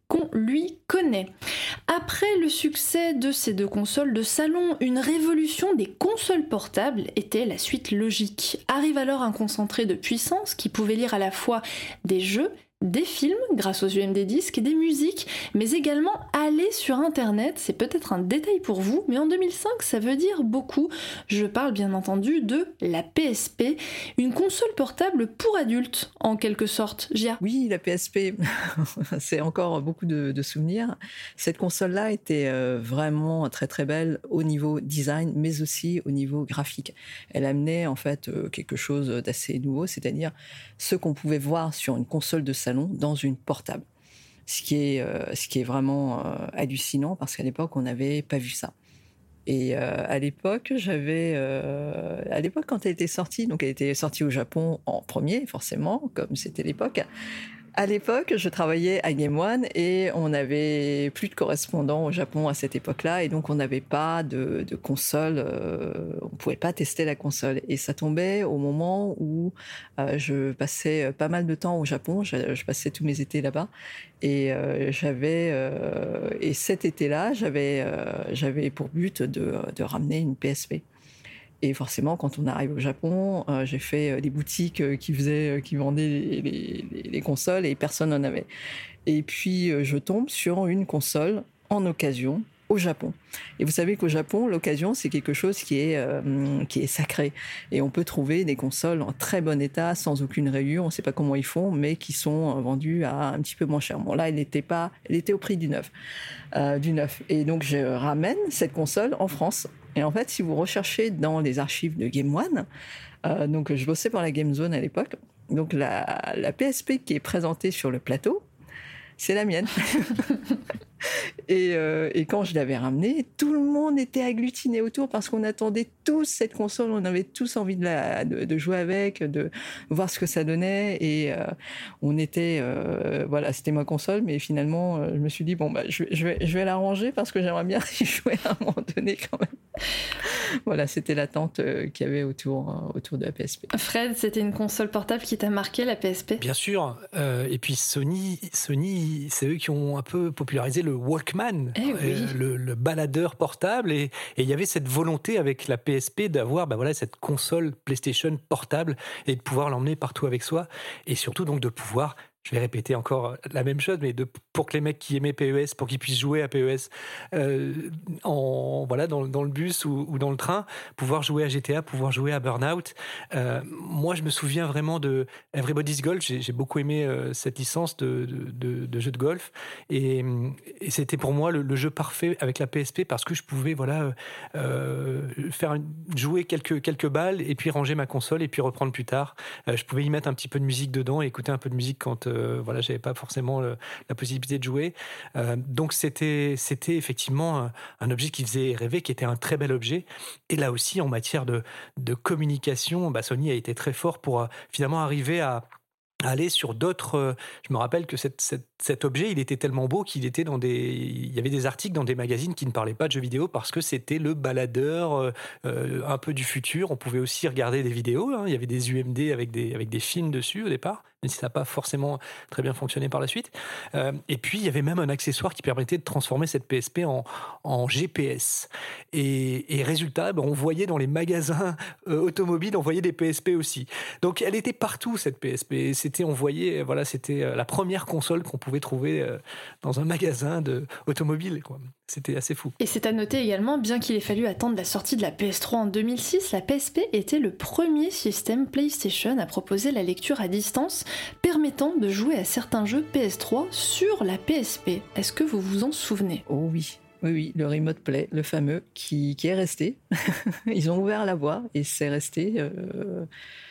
qu'on lui connaît. Après le succès de ces deux consoles de salon, une révolution des consoles portables était la suite logique. Arrive alors un concentré de puissance qui pouvait lire à la fois des jeux, des films grâce aux U M D disques et des musiques, mais également aller sur internet. C'est peut-être un détail pour vous, mais en deux mille cinq ça veut dire beaucoup. Je parle bien entendu de la P S P, une console portable pour adultes en quelque sorte. Gia. Oui, la P S P, c'est encore beaucoup de, de souvenirs. Cette console-là était euh, vraiment très très belle au niveau design, mais aussi au niveau graphique. Elle amenait en fait euh, quelque chose d'assez nouveau, c'est-à-dire ce qu'on pouvait voir sur une console de salon dans une portable. Ce qui est, euh, ce qui est vraiment euh, hallucinant parce qu'à l'époque, on n'avait pas vu ça. Et euh, à l'époque, j'avais, euh, à l'époque quand elle était sortie, donc elle était sortie au Japon en premier, forcément, comme c'était l'époque. À l'époque, je travaillais à Game One et on n'avait plus de correspondants au Japon à cette époque-là, et donc on n'avait pas de, de console, euh, on pouvait pas tester la console. Et ça tombait au moment où euh, je passais pas mal de temps au Japon, je, je passais tous mes étés là-bas, et euh, j'avais euh, et cet été-là, j'avais euh, j'avais pour but de, de ramener une P S P. Et forcément, quand on arrive au Japon, euh, j'ai fait euh, des boutiques euh, qui faisaient, euh, qui vendaient les, les, les consoles et personne n'en avait. Et puis, euh, je tombe sur une console en occasion au Japon. Et vous savez qu'au Japon, l'occasion, c'est quelque chose qui est, euh, qui est sacré. Et on peut trouver des consoles en très bon état, sans aucune rayure, on ne sait pas comment ils font, mais qui sont vendues à un petit peu moins cher. Bon, là, elle n'était pas, elle était au prix du neuf, euh, du neuf. Et donc, je ramène cette console en France. Et en fait, si vous recherchez dans les archives de Game One, euh, donc je bossais pour la Game Zone à l'époque, donc la, la P S P qui est présentée sur le plateau, c'est la mienne. Et, euh, et quand je l'avais ramenée, tout le monde était agglutiné autour parce qu'on attendait tous cette console, on avait tous envie de, la, de, de jouer avec, de voir ce que ça donnait. Et euh, on était, euh, voilà, c'était ma console, mais finalement, euh, je me suis dit, bon, bah, je, je, vais, je vais la ranger parce que j'aimerais bien y jouer à un moment donné quand même. Voilà, c'était l'attente euh, qu'il y avait autour, euh, autour de la P S P. Fred, c'était une console portable qui t'a marqué, la P S P ? Bien sûr. Euh, et puis Sony, Sony, c'est eux qui ont un peu popularisé le Walkman, eh oui. euh, le, le baladeur portable. Et il y avait cette volonté avec la P S P d'avoir bah voilà, cette console PlayStation portable et de pouvoir l'emmener partout avec soi. Et surtout donc de pouvoir... Je vais répéter encore la même chose, mais de, pour que les mecs qui aimaient P E S, pour qu'ils puissent jouer à P E S euh, en, voilà, dans, dans le bus ou, ou dans le train, pouvoir jouer à G T A, pouvoir jouer à Burnout. Euh, moi, je me souviens vraiment de Everybody's Golf. J'ai, j'ai beaucoup aimé euh, cette licence de, de, de, de jeu de golf. Et, et c'était pour moi le, le jeu parfait avec la P S P parce que je pouvais voilà, euh, faire une, jouer quelques, quelques balles et puis ranger ma console et puis reprendre plus tard. Euh, je pouvais y mettre un petit peu de musique dedans et écouter un peu de musique quand Euh, voilà, j'avais pas forcément le, la possibilité de jouer. Euh, donc c'était, c'était effectivement un, un objet qui faisait rêver, qui était un très bel objet. Et là aussi, en matière de, de communication, bah, Sony a été très fort pour euh, finalement arriver à aller sur d'autres. Euh, je me rappelle que cette, cette, cet objet, il était tellement beau qu'il était dans des. Il y avait des articles dans des magazines qui ne parlaient pas de jeux vidéo parce que c'était le baladeur euh, euh, un peu du futur. On pouvait aussi regarder des vidéos. Hein. Il y avait des U M D avec des, avec des films dessus au départ, même si ça n'a pas forcément très bien fonctionné par la suite. Euh, et puis, il y avait même un accessoire qui permettait de transformer cette P S P en, en G P S. Et, et résultat, ben, on voyait dans les magasins euh, automobiles, on voyait des P S P aussi. Donc, elle était partout, cette P S P. C'était, on voyait, voilà, c'était la première console qu'on pouvait trouver euh, dans un magasin de, automobile, quoi. C'était assez fou. Et c'est à noter également, bien qu'il ait fallu attendre la sortie de la P S trois en deux mille six, la P S P était le premier système PlayStation à proposer la lecture à distance, permettant de jouer à certains jeux P S trois sur la P S P. Est-ce que vous vous en souvenez ? Oh oui, oui, oui, le Remote Play, le fameux, qui, qui est resté. Ils ont ouvert la voie et c'est resté... Euh...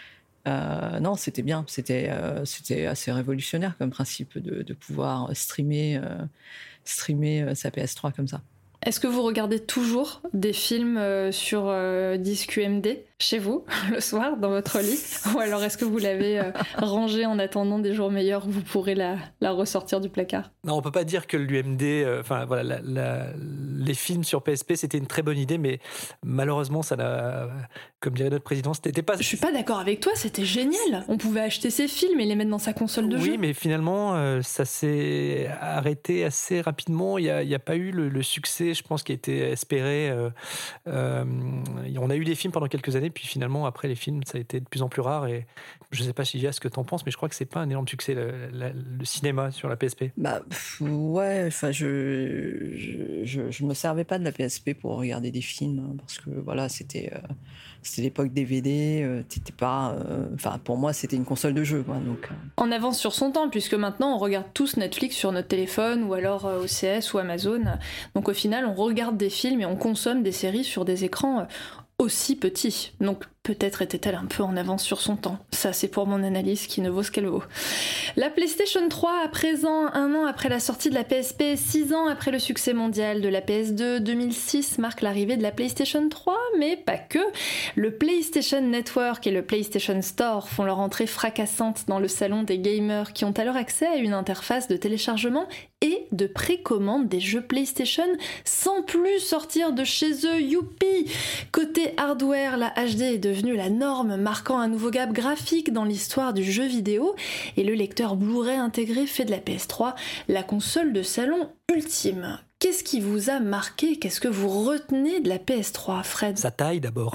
Euh, non, c'était bien, c'était, euh, c'était assez révolutionnaire comme principe de, de pouvoir streamer, euh, streamer euh, sa P S trois comme ça. Est-ce que vous regardez toujours des films euh, sur euh, disque U M D chez vous, le soir, dans votre lit ? Ou alors est-ce que vous l'avez euh, rangé en attendant des jours meilleurs où vous pourrez la, la ressortir du placard ? Non, on peut pas dire que l'U M D, enfin euh, voilà, la, la, les films sur P S P, c'était une très bonne idée, mais malheureusement, ça n'a, comme dirait notre président, c'était pas... Je suis pas d'accord avec toi, c'était génial. On pouvait acheter ses films et les mettre dans sa console de oui, jeu. Oui, mais finalement, euh, ça s'est arrêté assez rapidement. Il n'y a, a pas eu le, le succès, je pense, qui a été espéré. Euh, euh, on a eu des films pendant quelques années, puis finalement, après les films, ça a été de plus en plus rare. Et je ne sais pas, Sylvia, ce que tu en penses, mais je crois que c'est pas un énorme succès, le, le, le cinéma sur la P S P. Bah, pff, ouais, enfin, je, je, je, je me servais pas de la P S P pour regarder des films, hein, parce que voilà, c'était, euh, c'était l'époque D V D, euh, t'étais pas, enfin, euh, pour moi, c'était une console de jeu, quoi, donc. Euh. En avance sur son temps, puisque maintenant, on regarde tous Netflix sur notre téléphone, ou alors euh, O C S ou Amazon. Donc au final, on regarde des films et on consomme des séries sur des écrans euh, aussi petits. Donc peut-être était-elle un peu en avance sur son temps. Ça, c'est pour mon analyse qui ne vaut ce qu'elle vaut. La PlayStation trois, à présent, un an après la sortie de la P S P, six ans après le succès mondial de la P S deux, deux mille six marque l'arrivée de la PlayStation trois, mais pas que. Le PlayStation Network et le PlayStation Store font leur entrée fracassante dans le salon des gamers qui ont alors accès à une interface de téléchargement et de précommande des jeux PlayStation sans plus sortir de chez eux. Youpi! Côté hardware, la H D est devenue la norme, marquant un nouveau gap graphique dans l'histoire du jeu vidéo, et le lecteur Blu-ray intégré fait de la P S trois la console de salon ultime. Qu'est-ce qui vous a marqué? Qu'est-ce que vous retenez de la P S trois, Fred? Sa taille d'abord.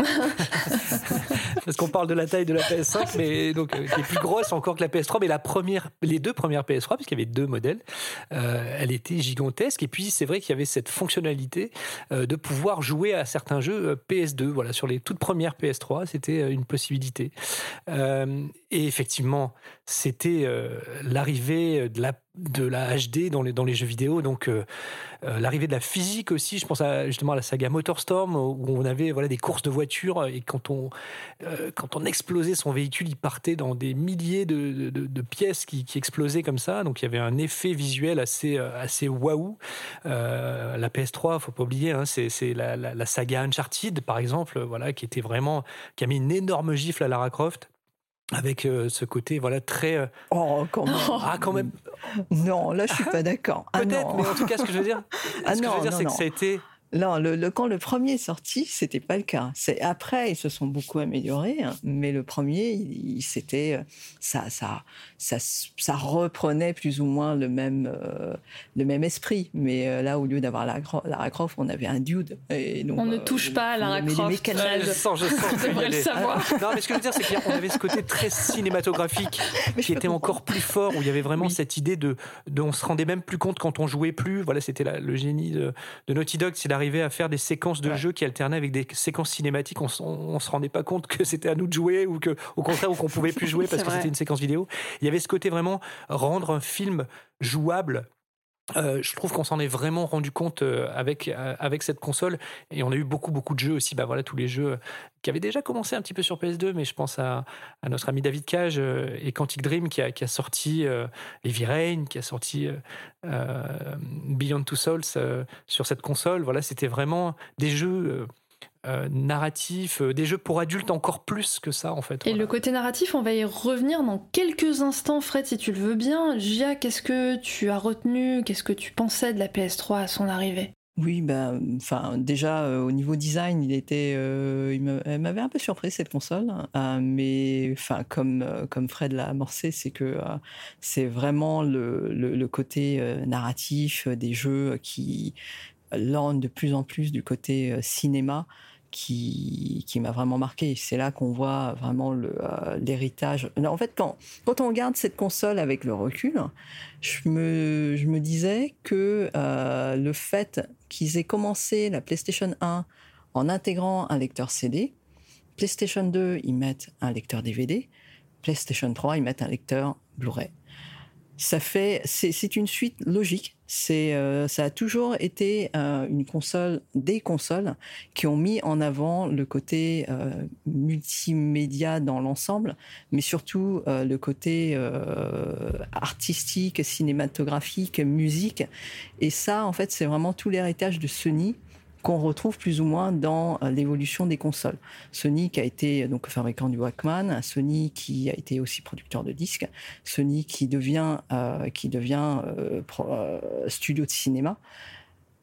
Parce qu'on parle de la taille de la P S cinq, mais donc, euh, qui est plus grosse encore que la P S trois, mais la première, les deux premières P S trois, puisqu'il y avait deux modèles, euh, elle était gigantesque. Et puis c'est vrai qu'il y avait cette fonctionnalité euh, de pouvoir jouer à certains jeux euh, P S deux. Voilà, sur les toutes premières P S trois, c'était euh, une possibilité. Euh, et effectivement, c'était euh, l'arrivée de la de la H D dans les, dans les jeux vidéo, donc euh, euh, l'arrivée de la physique aussi. Je pense à, justement à la saga MotorStorm, où on avait voilà, des courses de voitures, et quand on, euh, quand on explosait son véhicule, il partait dans des milliers de, de, de pièces qui, qui explosaient comme ça, donc il y avait un effet visuel assez, assez waouh. Euh, la P S trois, faut pas oublier, hein, c'est, c'est la, la, la saga Uncharted, par exemple, voilà, qui était vraiment, qui a mis une énorme gifle à Lara Croft, avec euh, ce côté voilà très euh... oh quand même ah quand même non, là je suis pas d'accord. Peut-être, ah, mais en tout cas ce que je veux dire ah, ce non, que je veux dire non, c'est non. que ça a été Non, le, le, quand le premier est sorti, c'était pas le cas. C'est après, ils se sont beaucoup améliorés, hein, mais le premier, il, il, c'était ça, ça, ça, ça reprenait plus ou moins le même, euh, le même esprit. Mais euh, là, au lieu d'avoir Lara, Lara Croft, on avait un dude. Et donc, on ne euh, touche pas à Lara Croft. Je sens, je sens. On devrait le savoir. Non, mais ce que je veux dire, c'est qu'on avait ce côté très cinématographique qui était encore plus fort, où il y avait vraiment oui. cette idée de, de, on se rendait même plus compte quand on jouait plus. Voilà, c'était la, le génie de, de Naughty Dog, c'est la arriver à faire des séquences de ouais. jeux qui alternaient avec des séquences cinématiques. On, on, on se rendait pas compte que c'était à nous de jouer, ou que, au contraire, ou qu'on pouvait plus jouer parce que vrai. C'était une séquence vidéo. Il y avait ce côté vraiment rendre un film jouable. Euh, je trouve qu'on s'en est vraiment rendu compte euh, avec, euh, avec cette console, et on a eu beaucoup beaucoup de jeux aussi, bah voilà, tous les jeux qui avaient déjà commencé un petit peu sur P S deux, mais je pense à, à notre ami David Cage euh, et Quantic Dream qui a, qui a sorti euh, Heavy Rain, qui a sorti euh, euh, Beyond Two Souls euh, sur cette console. Voilà, c'était vraiment des jeux euh, Euh, narratif, euh, des jeux pour adultes encore plus que ça en fait. Et voilà. Le côté narratif, on va y revenir dans quelques instants, Fred, si tu le veux bien. Gia, qu'est-ce que tu as retenu, qu'est-ce que tu pensais de la P S trois à son arrivée? Oui, ben, enfin, déjà euh, au niveau design, il était, euh, il m'avait un peu surpris cette console, euh, mais enfin, comme euh, comme Fred l'a amorcé, c'est que euh, c'est vraiment le, le, le côté euh, narratif des jeux qui lorgne de plus en plus du côté euh, cinéma. Qui, qui m'a vraiment marqué. C'est là qu'on voit vraiment le, euh, l'héritage. En fait, quand, quand on regarde cette console avec le recul, je me, je me disais que euh, le fait qu'ils aient commencé la PlayStation un en intégrant un lecteur C D, PlayStation deux, ils mettent un lecteur D V D, PlayStation trois, ils mettent un lecteur Blu-ray. Ça fait, c'est, c'est une suite logique. C'est, euh, ça a toujours été euh, une console, des consoles qui ont mis en avant le côté euh, multimédia dans l'ensemble, mais surtout euh, le côté euh, artistique, cinématographique, musique. Et ça, en fait, c'est vraiment tout l'héritage de Sony qu'on retrouve plus ou moins dans l'évolution des consoles. Sony qui a été donc fabricant du Walkman, Sony qui a été aussi producteur de disques, Sony qui devient euh, qui devient euh, pro, euh, studio de cinéma.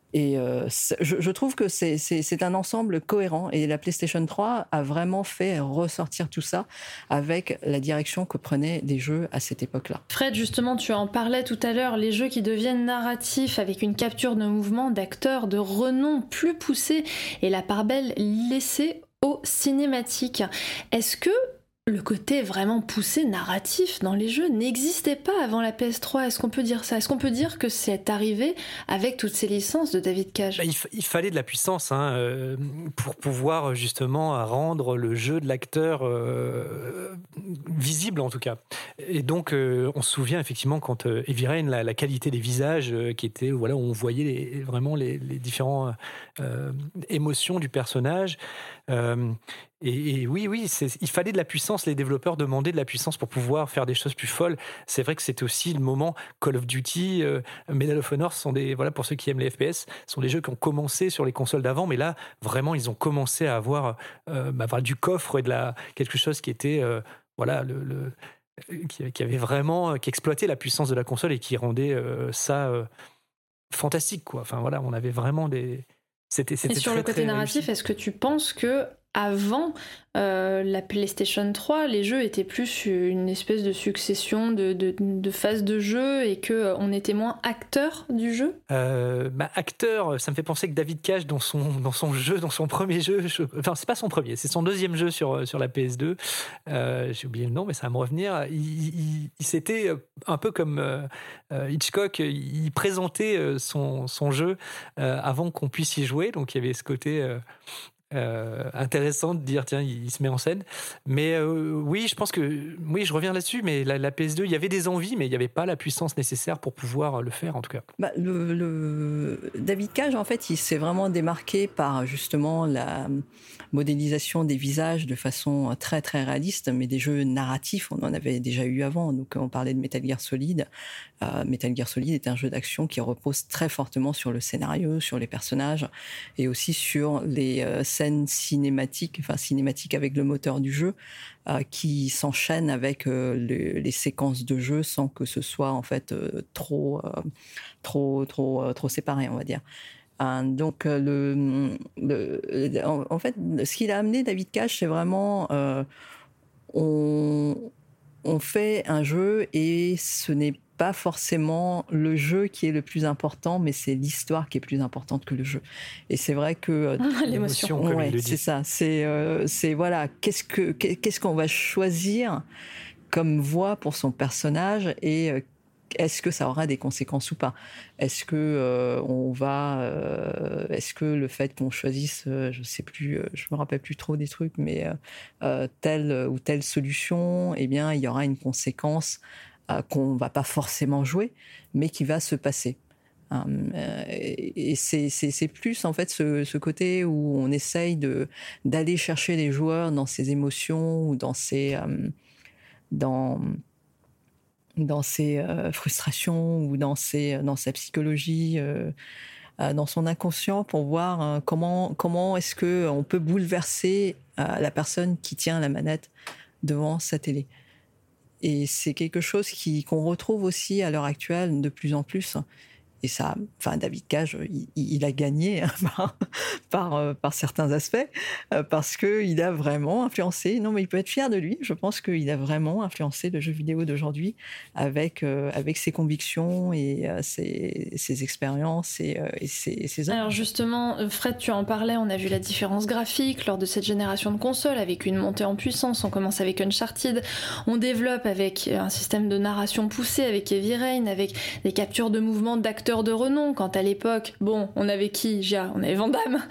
Et euh, je, je trouve que c'est, c'est, c'est un ensemble cohérent et la PlayStation trois a vraiment fait ressortir tout ça avec la direction que prenaient les jeux à cette époque-là. Fred, justement, tu en parlais tout à l'heure, les jeux qui deviennent narratifs avec une capture de mouvement d'acteurs de renom plus poussée et la part belle laissée aux cinématiques. Est-ce que le côté vraiment poussé narratif dans les jeux n'existait pas avant la P S trois? Est-ce qu'on peut dire ça? Est-ce qu'on peut dire que c'est arrivé avec toutes ces licences de David Cage? Bah, il, f- il fallait de la puissance hein, euh, pour pouvoir justement rendre le jeu de l'acteur euh, visible en tout cas. Et donc euh, on se souvient effectivement quand euh, Heavy Rain, la, la qualité des visages euh, qui était voilà où on voyait les, vraiment les, les différentes euh, émotions du personnage. Euh, Et, et oui, oui, c'est, il fallait de la puissance. Les développeurs demandaient de la puissance pour pouvoir faire des choses plus folles. C'est vrai que c'était aussi le moment Call of Duty, euh, Medal of Honor, sont des voilà pour ceux qui aiment les F P S, sont des jeux qui ont commencé sur les consoles d'avant, mais là vraiment ils ont commencé à avoir, euh, bah, avoir du coffre et de la quelque chose qui était euh, voilà le, le qui, qui avait vraiment qui exploitait la puissance de la console et qui rendait euh, ça euh, fantastique quoi. Enfin voilà, on avait vraiment des c'était, c'était Et sur très, le côté très narratif, réussi. est-ce que tu penses que avant euh, la PlayStation trois, les jeux étaient plus une espèce de succession de, de, de phases de jeu et qu'on était moins acteur du jeu? Euh, bah, acteur, ça me fait penser que David Cage dans son dans son jeu, dans son premier jeu, je, enfin c'est pas son premier, c'est son deuxième jeu sur sur la P S deux. Euh, j'ai oublié le nom, mais ça va me revenir. Il, il, il s'était un peu comme euh, Hitchcock, il présentait son son jeu euh, avant qu'on puisse y jouer, donc il y avait ce côté. Euh, Euh, intéressant de dire tiens il, il se met en scène mais euh, oui je pense que oui je reviens là-dessus mais la, la P S deux il y avait des envies mais il n'y avait pas la puissance nécessaire pour pouvoir le faire en tout cas. Bah, le, le... David Cage en fait il s'est vraiment démarqué par justement la modélisation des visages de façon très très réaliste, mais des jeux narratifs on en avait déjà eu avant, donc on parlait de Metal Gear Solid. Euh, Metal Gear Solid est un jeu d'action qui repose très fortement sur le scénario, sur les personnages et aussi sur les euh, scènes cinématiques, enfin cinématiques avec le moteur du jeu, euh, qui s'enchaînent avec euh, le, les séquences de jeu sans que ce soit en fait euh, trop, euh, trop, trop, euh, trop séparé, on va dire. Euh, donc le, le, en, en fait, ce qu'il a amené David Cage, c'est vraiment euh, on, on fait un jeu et ce n'est pas forcément le jeu qui est le plus important, mais c'est l'histoire qui est plus importante que le jeu. Et c'est vrai que l'émotion, comme ouais, il le dit. c'est ça. C'est, euh, c'est voilà, qu'est-ce que qu'est-ce qu'on va choisir comme voie pour son personnage et euh, est-ce que ça aura des conséquences ou pas? Est-ce que euh, on va, euh, est-ce que le fait qu'on choisisse, euh, je sais plus, euh, je me rappelle plus trop des trucs, mais euh, euh, telle ou telle solution, eh bien, il y aura une conséquence euh, qu'on va pas forcément jouer, mais qui va se passer. Um, euh, et c'est, c'est, c'est plus en fait ce, ce côté où on essaye de d'aller chercher les joueurs dans ses émotions ou dans ses um, dans dans ses euh, frustrations ou dans, ses, dans sa psychologie, euh, euh, dans son inconscient pour voir euh, comment, comment est-ce qu'on peut bouleverser euh, la personne qui tient la manette devant sa télé. Et c'est quelque chose qui, qu'on retrouve aussi à l'heure actuelle de plus en plus. Et ça, enfin, David Cage, il, il a gagné hein, par, par, par certains aspects, parce qu'il a vraiment influencé. Non, mais il peut être fier de lui. Je pense qu'il a vraiment influencé le jeu vidéo d'aujourd'hui avec, euh, avec ses convictions et euh, ses, ses expériences et, euh, et ses, ses œuvres. Alors justement, Fred, tu en parlais, on a vu la différence graphique lors de cette génération de consoles, avec une montée en puissance. On commence avec Uncharted, on développe avec un système de narration poussé, avec Heavy Rain, avec des captures de mouvements d'acteurs de renom. Quand à l'époque, bon, on avait qui, Gia? On avait Van Damme.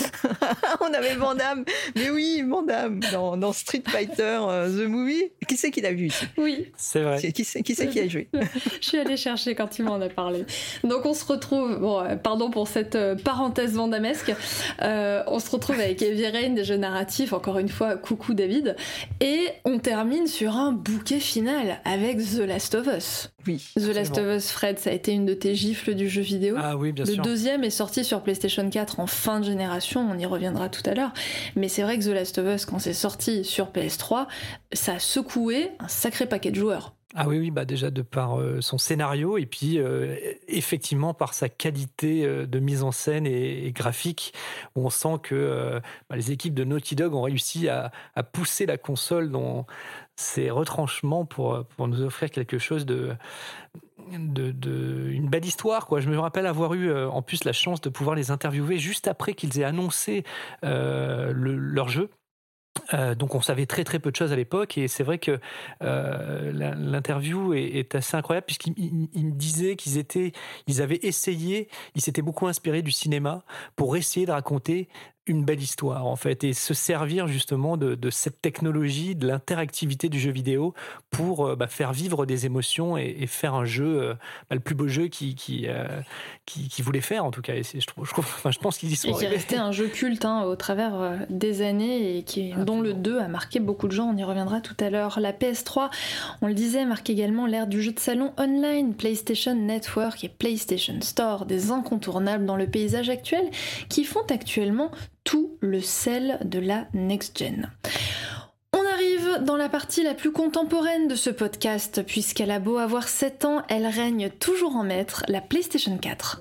On avait Van Damme. Mais oui, Van Damme dans, dans Street Fighter uh, The Movie. Qui c'est qui l'a vu ici? Oui. C'est vrai. Qui c'est qui, c'est qui a joué? Je suis allée chercher quand il m'en a parlé. Donc on se retrouve, bon, pardon pour cette euh, parenthèse vandamesque, euh, on se retrouve avec Heavy Rain, des jeux narratifs, encore une fois, coucou David, et on termine sur un bouquet final avec The Last of Us. Oui. The Last of Us, Fred, ça a été une de tes gifles du jeu vidéo. Ah oui, bien Le sûr. Le deuxième est sorti sur PlayStation quatre en fin de génération, on y reviendra tout à l'heure, mais c'est vrai que The Last of Us, quand c'est sorti sur P S trois, ça a secoué un sacré paquet de joueurs. Ah oui, oui, bah déjà de par euh, son scénario et puis euh, effectivement par sa qualité euh, de mise en scène et, et graphique, où on sent que euh, bah, les équipes de Naughty Dog ont réussi à, à pousser la console dans ses retranchements pour, pour nous offrir quelque chose de, de, de une belle histoire, quoi. Je me rappelle avoir eu euh, en plus la chance de pouvoir les interviewer juste après qu'ils aient annoncé euh, le, leur jeu. Euh, donc on savait très très peu de choses à l'époque et c'est vrai que euh, l'interview est, est assez incroyable puisqu'ils ils, ils me disaient qu'ils étaient, ils avaient essayé, ils s'étaient beaucoup inspirés du cinéma pour essayer de raconter une belle histoire en fait et se servir justement de, de cette technologie, de l'interactivité du jeu vidéo pour euh, bah, faire vivre des émotions et, et faire un jeu, euh, bah, le plus beau jeu qu'ils qui, euh, qui, qui voulaient faire en tout cas. Et je, trouve, je, trouve, enfin, je pense qu'ils y sont et qui est resté un jeu culte hein, au travers euh, des années et qui, dont le deux a marqué beaucoup de gens, on y reviendra tout à l'heure. La P S trois, on le disait, marque également l'ère du jeu de salon online, PlayStation Network et PlayStation Store, des incontournables dans le paysage actuel qui font actuellement tout le sel de la next-gen. On arrive dans la partie la plus contemporaine de ce podcast, puisqu'elle a beau avoir sept ans, elle règne toujours en maître, la PlayStation quatre.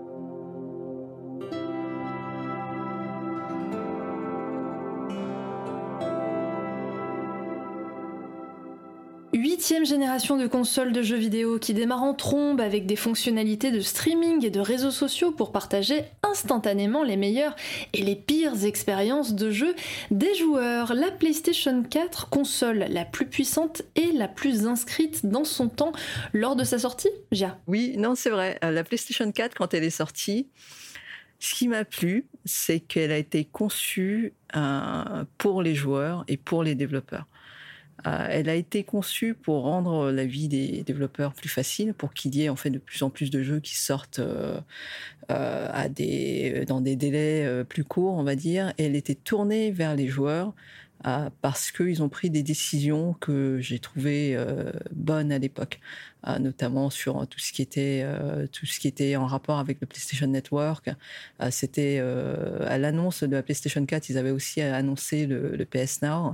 Huitième génération de consoles de jeux vidéo qui démarre en trombe avec des fonctionnalités de streaming et de réseaux sociaux pour partager instantanément les meilleures et les pires expériences de jeu des joueurs. La PlayStation quatre, console la plus puissante et la plus inscrite dans son temps lors de sa sortie, Gia. Oui, non, c'est vrai. La PlayStation quatre, quand elle est sortie, ce qui m'a plu, c'est qu'elle a été conçue euh, pour les joueurs et pour les développeurs. Euh, elle a été conçue pour rendre la vie des développeurs plus facile, pour qu'il y ait en fait de plus en plus de jeux qui sortent euh, euh, à des, dans des délais euh, plus courts, on va dire. Et elle était tournée vers les joueurs euh, parce qu'ils ont pris des décisions que j'ai trouvées euh, bonnes à l'époque, euh, notamment sur tout ce qui était euh, tout ce qui était en rapport avec le PlayStation Network. Euh, c'était euh, à l'annonce de la PlayStation quatre, ils avaient aussi annoncé le, le P S Now.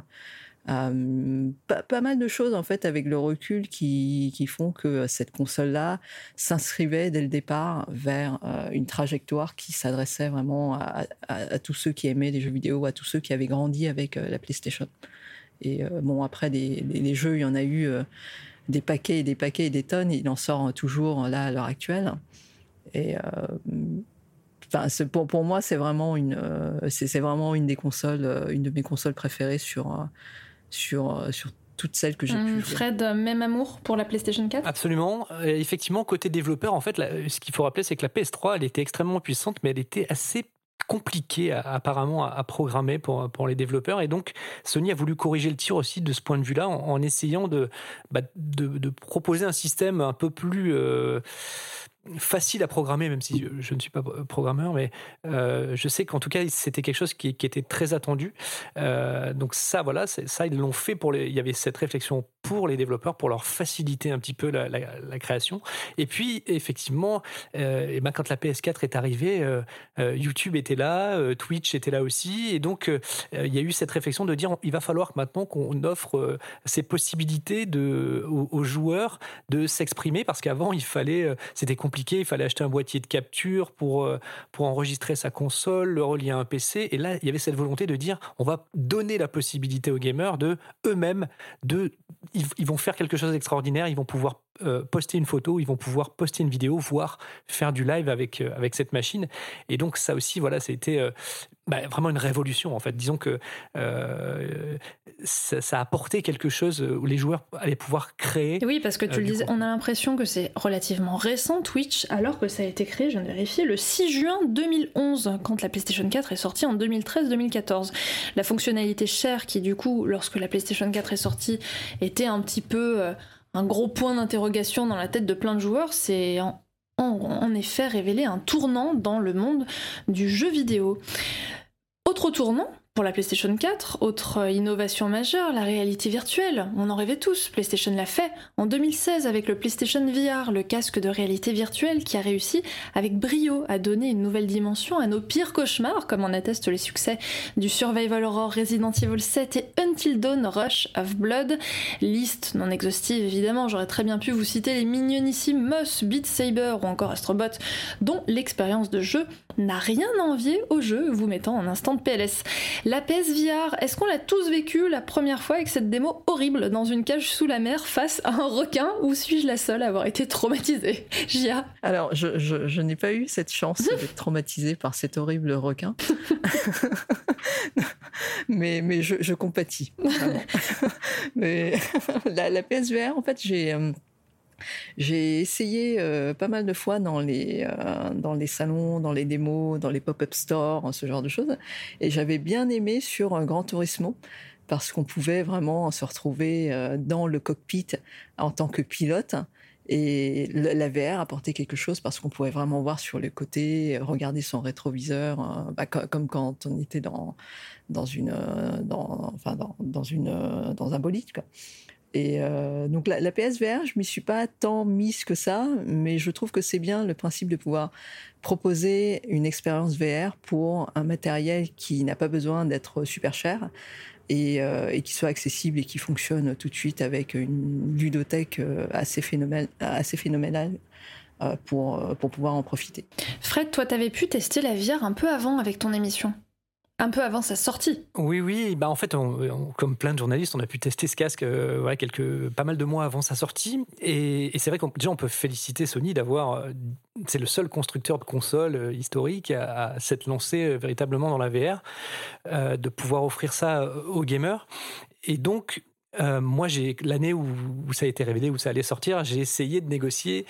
Euh, pas, pas mal de choses en fait avec le recul qui, qui font que cette console-là s'inscrivait dès le départ vers euh, une trajectoire qui s'adressait vraiment à, à, à tous ceux qui aimaient les jeux vidéo, à tous ceux qui avaient grandi avec euh, la PlayStation. Et euh, bon, après des, des, des jeux, il y en a eu euh, des paquets et des paquets et des tonnes, et il en sort toujours là à l'heure actuelle. Et euh, Enfin, c'est, pour, pour moi, c'est vraiment une, euh, c'est, c'est vraiment une des consoles, euh, une de mes consoles préférées sur, euh, sur, euh, sur toutes celles que j'ai hum, pu jouer. Fred, même amour pour la PlayStation quatre ? Absolument. Et effectivement, côté développeur, en fait, la, ce qu'il faut rappeler, c'est que la P S trois, elle était extrêmement puissante, mais elle était assez compliqué à, apparemment à, à programmer pour, pour les développeurs, et donc Sony a voulu corriger le tir aussi de ce point de vue-là en, en essayant de, bah, de, de proposer un système un peu plus euh, facile à programmer, même si je, je ne suis pas programmeur, mais euh, je sais qu'en tout cas c'était quelque chose qui, qui était très attendu. Euh, donc ça, voilà, c'est, ça ils l'ont fait pour les. Il y avait cette réflexion pour les développeurs, pour leur faciliter un petit peu la, la, la création. Et puis effectivement, euh, et ben quand la P S quatre est arrivée, euh, euh, YouTube était là, euh, Twitch était là aussi, et donc euh, il y a eu cette réflexion de dire il va falloir maintenant qu'on offre euh, ces possibilités de, aux, aux joueurs de s'exprimer, parce qu'avant il fallait, euh, c'était compliqué. Il fallait acheter un boîtier de capture pour, pour enregistrer sa console, le relier à un P C. Et là, il y avait cette volonté de dire on va donner la possibilité aux gamers de eux-mêmes, de, ils, ils vont faire quelque chose d'extraordinaire, ils vont pouvoir euh, poster une photo, ils vont pouvoir poster une vidéo, voire faire du live avec, euh, avec cette machine. Et donc, ça aussi, voilà, ça a été euh, bah, vraiment une révolution, en fait. Disons que euh, ça, ça a apporté quelque chose où les joueurs allaient pouvoir créer. Et oui, parce que tu euh, le disais, on a l'impression que c'est relativement récent, Twitch, alors que ça a été créé, je viens de vérifier, le six juin deux mille onze, quand la PlayStation quatre est sortie en deux mille treize deux mille quatorze. La fonctionnalité share, qui du coup, lorsque la PlayStation quatre est sortie, était un petit peu euh, un gros point d'interrogation dans la tête de plein de joueurs, c'est en, en, en effet révélé un tournant dans le monde du jeu vidéo. Autre tournant, Pour la PlayStation quatre, autre innovation majeure, la réalité virtuelle. On en rêvait tous, PlayStation l'a fait en deux mille seize avec le PlayStation V R, le casque de réalité virtuelle qui a réussi avec brio à donner une nouvelle dimension à nos pires cauchemars, comme en attestent les succès du Survival Horror Resident Evil sept et Until Dawn Rush of Blood. Liste non exhaustive évidemment, j'aurais très bien pu vous citer les mignonissimes Moss, Beat Saber ou encore Astrobot, dont l'expérience de jeu n'a rien à envier au jeu vous mettant en instant de P L S. La P S V R, est-ce qu'on l'a tous vécu la première fois avec cette démo horrible dans une cage sous la mer face à un requin, ou suis-je la seule à avoir été traumatisée? Gia? Alors, je, je, je n'ai pas eu cette chance d'être traumatisée par cet horrible requin. mais mais je, je compatis. mais la, la P S V R, en fait, j'ai... Euh, J'ai essayé euh, pas mal de fois dans les, euh, dans les salons, dans les démos, dans les pop-up stores, ce genre de choses. Et j'avais bien aimé sur un Gran Turismo parce qu'on pouvait vraiment se retrouver euh, dans le cockpit en tant que pilote. Et la V R apportait quelque chose parce qu'on pouvait vraiment voir sur le côté, regarder son rétroviseur, euh, bah, comme quand on était dans, dans, une, dans, enfin dans, dans, une, dans un bolide, quoi. Et euh, donc la, la P S V R, je m'y suis pas tant mise que ça, mais je trouve que c'est bien le principe de pouvoir proposer une expérience V R pour un matériel qui n'a pas besoin d'être super cher et, euh, et qui soit accessible et qui fonctionne tout de suite avec une ludothèque assez phénoménale, assez phénoménale pour, pour pouvoir en profiter. Fred, toi, t'avais pu tester la V R un peu avant avec ton émission. Un peu avant sa sortie. Oui, oui. Bah en fait, on, on, comme plein de journalistes, on a pu tester ce casque euh, voilà, quelques, pas mal de mois avant sa sortie. Et, et c'est vrai qu'on déjà, on peut féliciter Sony d'avoir... Euh, c'est le seul constructeur de consoles euh, historique à, à s'être lancé euh, véritablement dans la V R, euh, de pouvoir offrir ça euh, aux gamers. Et donc... Euh, moi, j'ai, l'année où, où ça a été révélé, où ça allait sortir, j'ai essayé de négocier,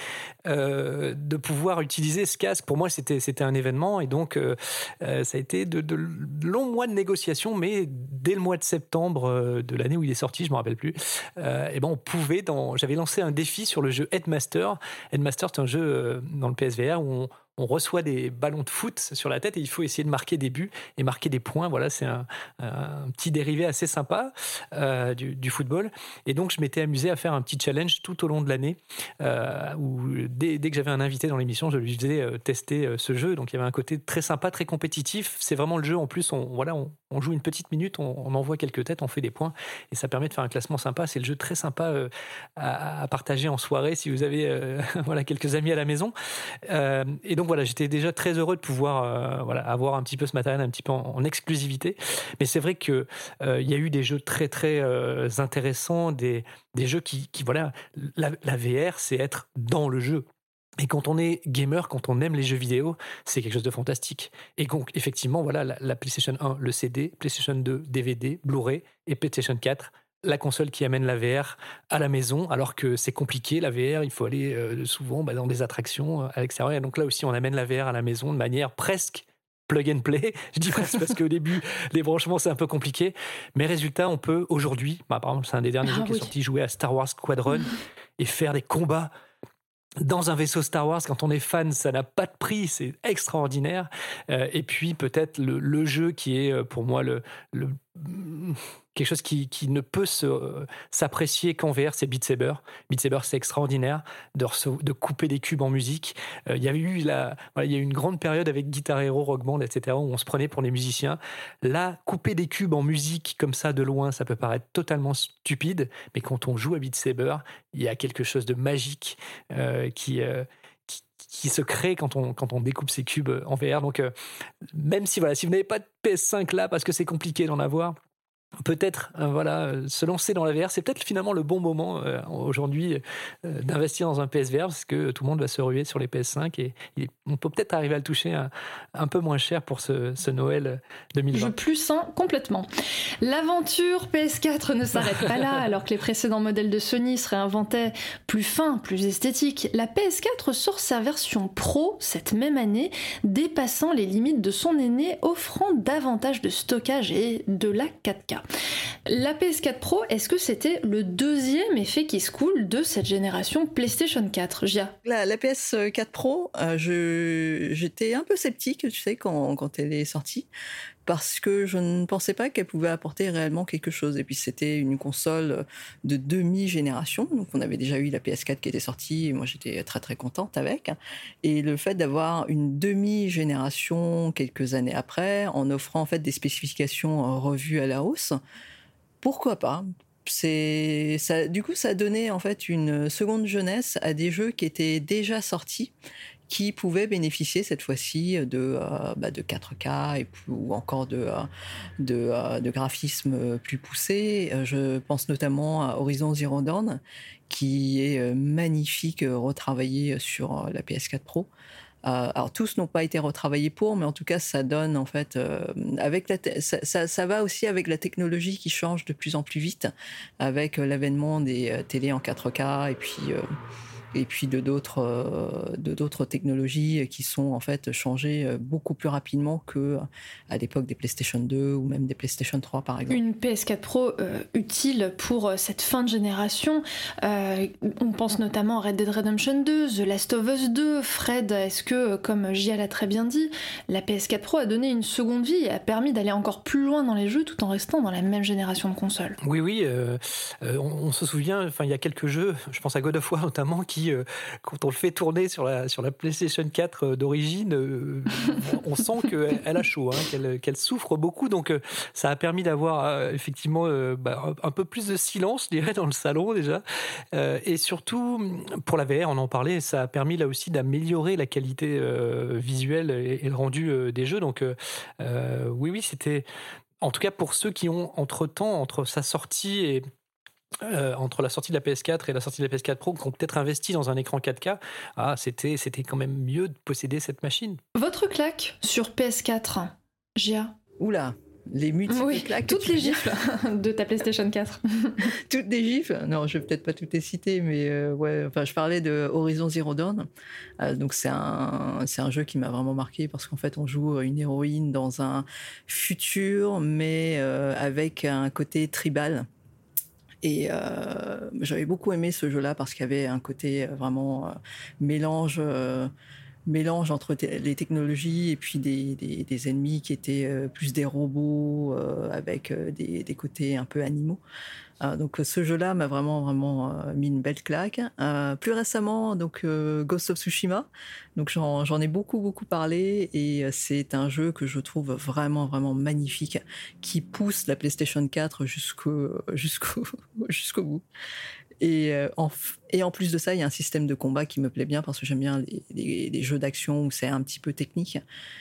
euh, de pouvoir utiliser ce casque. Pour moi, c'était, c'était un événement et donc euh, euh, ça a été de, de, de longs mois de négociation, mais dès le mois de septembre euh, de l'année où il est sorti, je me rappelle plus, euh, et ben on pouvait, dans, j'avais lancé un défi sur le jeu Headmaster. Headmaster, c'est un jeu euh, dans le P S V R où on On reçoit des ballons de foot sur la tête et il faut essayer de marquer des buts et marquer des points. Voilà, c'est un, un petit dérivé assez sympa euh, du, du football. Et donc, je m'étais amusé à faire un petit challenge tout au long de l'année euh, où dès, dès que j'avais un invité dans l'émission, je lui faisais euh, tester euh, ce jeu. Donc, il y avait un côté très sympa, très compétitif. C'est vraiment le jeu. En plus, on, voilà, on, on joue une petite minute, on, on envoie quelques têtes, on fait des points et ça permet de faire un classement sympa. C'est le jeu très sympa euh, à, à partager en soirée si vous avez euh, voilà, quelques amis à la maison. Euh, et donc, Donc voilà, j'étais déjà très heureux de pouvoir euh, voilà, avoir un petit peu ce matériel un petit peu en, en exclusivité. Mais c'est vrai qu'il euh, y a eu des jeux très très euh, intéressants, des, des jeux qui, qui voilà, la, la V R, c'est être dans le jeu. Et quand on est gamer, quand on aime les jeux vidéo, c'est quelque chose de fantastique. Et donc, effectivement, voilà, la, la PlayStation un, le C D, PlayStation deux, D V D, Blu-ray et PlayStation quatre, la console qui amène la V R à la maison, alors que c'est compliqué, la V R, il faut aller euh, souvent bah, dans des attractions euh, à l'extérieur. Et donc là aussi, on amène la V R à la maison de manière presque plug and play. Je dis presque parce qu'au début, les branchements, c'est un peu compliqué. Mais résultat, on peut aujourd'hui, bah, par exemple, c'est un des derniers ah, jeux oui. qui est sorti, jouer à Star Wars Squadron et faire des combats dans un vaisseau Star Wars. Quand on est fan, ça n'a pas de prix, c'est extraordinaire. Euh, et puis peut-être le, le jeu qui est pour moi le, le quelque chose qui, qui ne peut se, euh, s'apprécier qu'en V R, c'est Beat Saber. Beat Saber, c'est extraordinaire de, rece- de couper des cubes en musique. Il euh, y a eu la, voilà, il y a eu une grande période avec Guitar Hero, Rock Band, et cetera, où on se prenait pour des musiciens. Là, couper des cubes en musique comme ça de loin, ça peut paraître totalement stupide, mais quand on joue à Beat Saber, il y a quelque chose de magique euh, qui... Euh, Qui, qui se crée quand on, quand on découpe ces cubes en V R. Donc, euh, même si, voilà, si vous n'avez pas de P S cinq là, parce que c'est compliqué d'en avoir, peut-être euh, voilà, euh, se lancer dans la V R, c'est peut-être finalement le bon moment euh, aujourd'hui euh, d'investir dans un P S V R parce que tout le monde va se ruer sur les P S cinq et, et on peut peut-être arriver à le toucher un, un peu moins cher pour ce, ce Noël deux mille vingt. Je plus sens complètement. L'aventure P S quatre ne s'arrête pas là, alors que les précédents modèles de Sony se réinventaient plus fins, plus esthétiques. La P S quatre sort sa version Pro cette même année, dépassant les limites de son aîné, offrant davantage de stockage et de la quatre K. La P S quatre Pro, est-ce que c'était le deuxième effet qui se coule de cette génération PlayStation quatre, Gia? La, la P S quatre Pro, euh, je, j'étais un peu sceptique, tu sais, quand, quand elle est sortie, parce que je ne pensais pas qu'elle pouvait apporter réellement quelque chose. Et puis c'était une console de demi-génération, donc on avait déjà eu la P S quatre qui était sortie, et moi j'étais très très contente avec. Et le fait d'avoir une demi-génération quelques années après, en offrant en fait des spécifications revues à la hausse, pourquoi pas ? C'est, ça, du coup, ça a donné en fait une seconde jeunesse à des jeux qui étaient déjà sortis, qui pouvaient bénéficier cette fois-ci de, euh, bah, de quatre K et, ou encore de, euh, de, euh, de graphismes plus poussés. Je pense notamment à Horizon Zero Dawn, qui est magnifique, retravaillé sur la P S quatre Pro. Euh, alors tous n'ont pas été retravaillés pour, mais en tout cas ça donne en fait, euh, avec la te- ça, ça, ça va aussi avec la technologie qui change de plus en plus vite, avec l'avènement des euh, télés en quatre K et puis euh, et puis de d'autres euh, de d'autres technologies qui sont en fait changées beaucoup plus rapidement que à l'époque des PlayStation deux ou même des PlayStation trois par exemple. Une P S quatre Pro euh, utile pour euh, cette fin de génération. Euh, on pense notamment à Red Dead Redemption deux, The Last of Us deux. Fred, est-ce que, comme J A l'a très bien dit, la P S quatre Pro a donné une seconde vie et a permis d'aller encore plus loin dans les jeux tout en restant dans la même génération de consoles? Oui, oui. Euh, euh, on, on se souvient, enfin, il y a quelques jeux, je pense à God of War notamment, qui, euh, quand on le fait tourner sur la, sur la PlayStation quatre d'origine, euh, on sent qu'elle elle a chaud, hein, qu'elle, qu'elle souffre beaucoup. Donc, euh, ça a permis d'avoir euh, effectivement euh, bah, un peu plus de silence, je dirais, dans le salon déjà. Euh, et surtout, pour la V R, on en parlait, ça a permis là aussi d'améliorer la qualité euh, visuelle et, et le rendu euh, des jeux. Donc, euh, euh, oui, oui, c'était... En tout cas, pour ceux qui ont, entre-temps, entre sa sortie et... Euh, entre la sortie de la P S quatre et la sortie de la P S quatre Pro, qui ont peut-être investi dans un écran quatre K, ah, c'était, c'était quand même mieux de posséder cette machine. Votre claque sur P S quatre, J A? Oula, les multiples oui, claques. toutes les gifles de ta PlayStation quatre. Toutes les gifles. Non, je vais peut-être pas toutes les citer, mais euh, ouais. Enfin, je parlais de Horizon Zero Dawn. Euh, donc c'est un, c'est un jeu qui m'a vraiment marqué parce qu'en fait, on joue une héroïne dans un futur, mais euh, avec un côté tribal. Et euh, j'avais beaucoup aimé ce jeu-là parce qu'il y avait un côté vraiment euh, mélange, euh, mélange entre te- les technologies et puis des, des, des ennemis qui étaient euh, plus des robots euh, avec euh, des, des côtés un peu animaux. Euh, donc ce jeu-là m'a vraiment vraiment euh, mis une belle claque. Euh, plus récemment, donc euh, Ghost of Tsushima. Donc j'en, j'en ai beaucoup beaucoup parlé et c'est un jeu que je trouve vraiment vraiment magnifique, qui pousse la PlayStation quatre jusqu'au jusqu'au jusqu'au bout. Et, euh, en, et en plus de ça, il y a un système de combat qui me plaît bien parce que j'aime bien les, les, les jeux d'action où c'est un petit peu technique.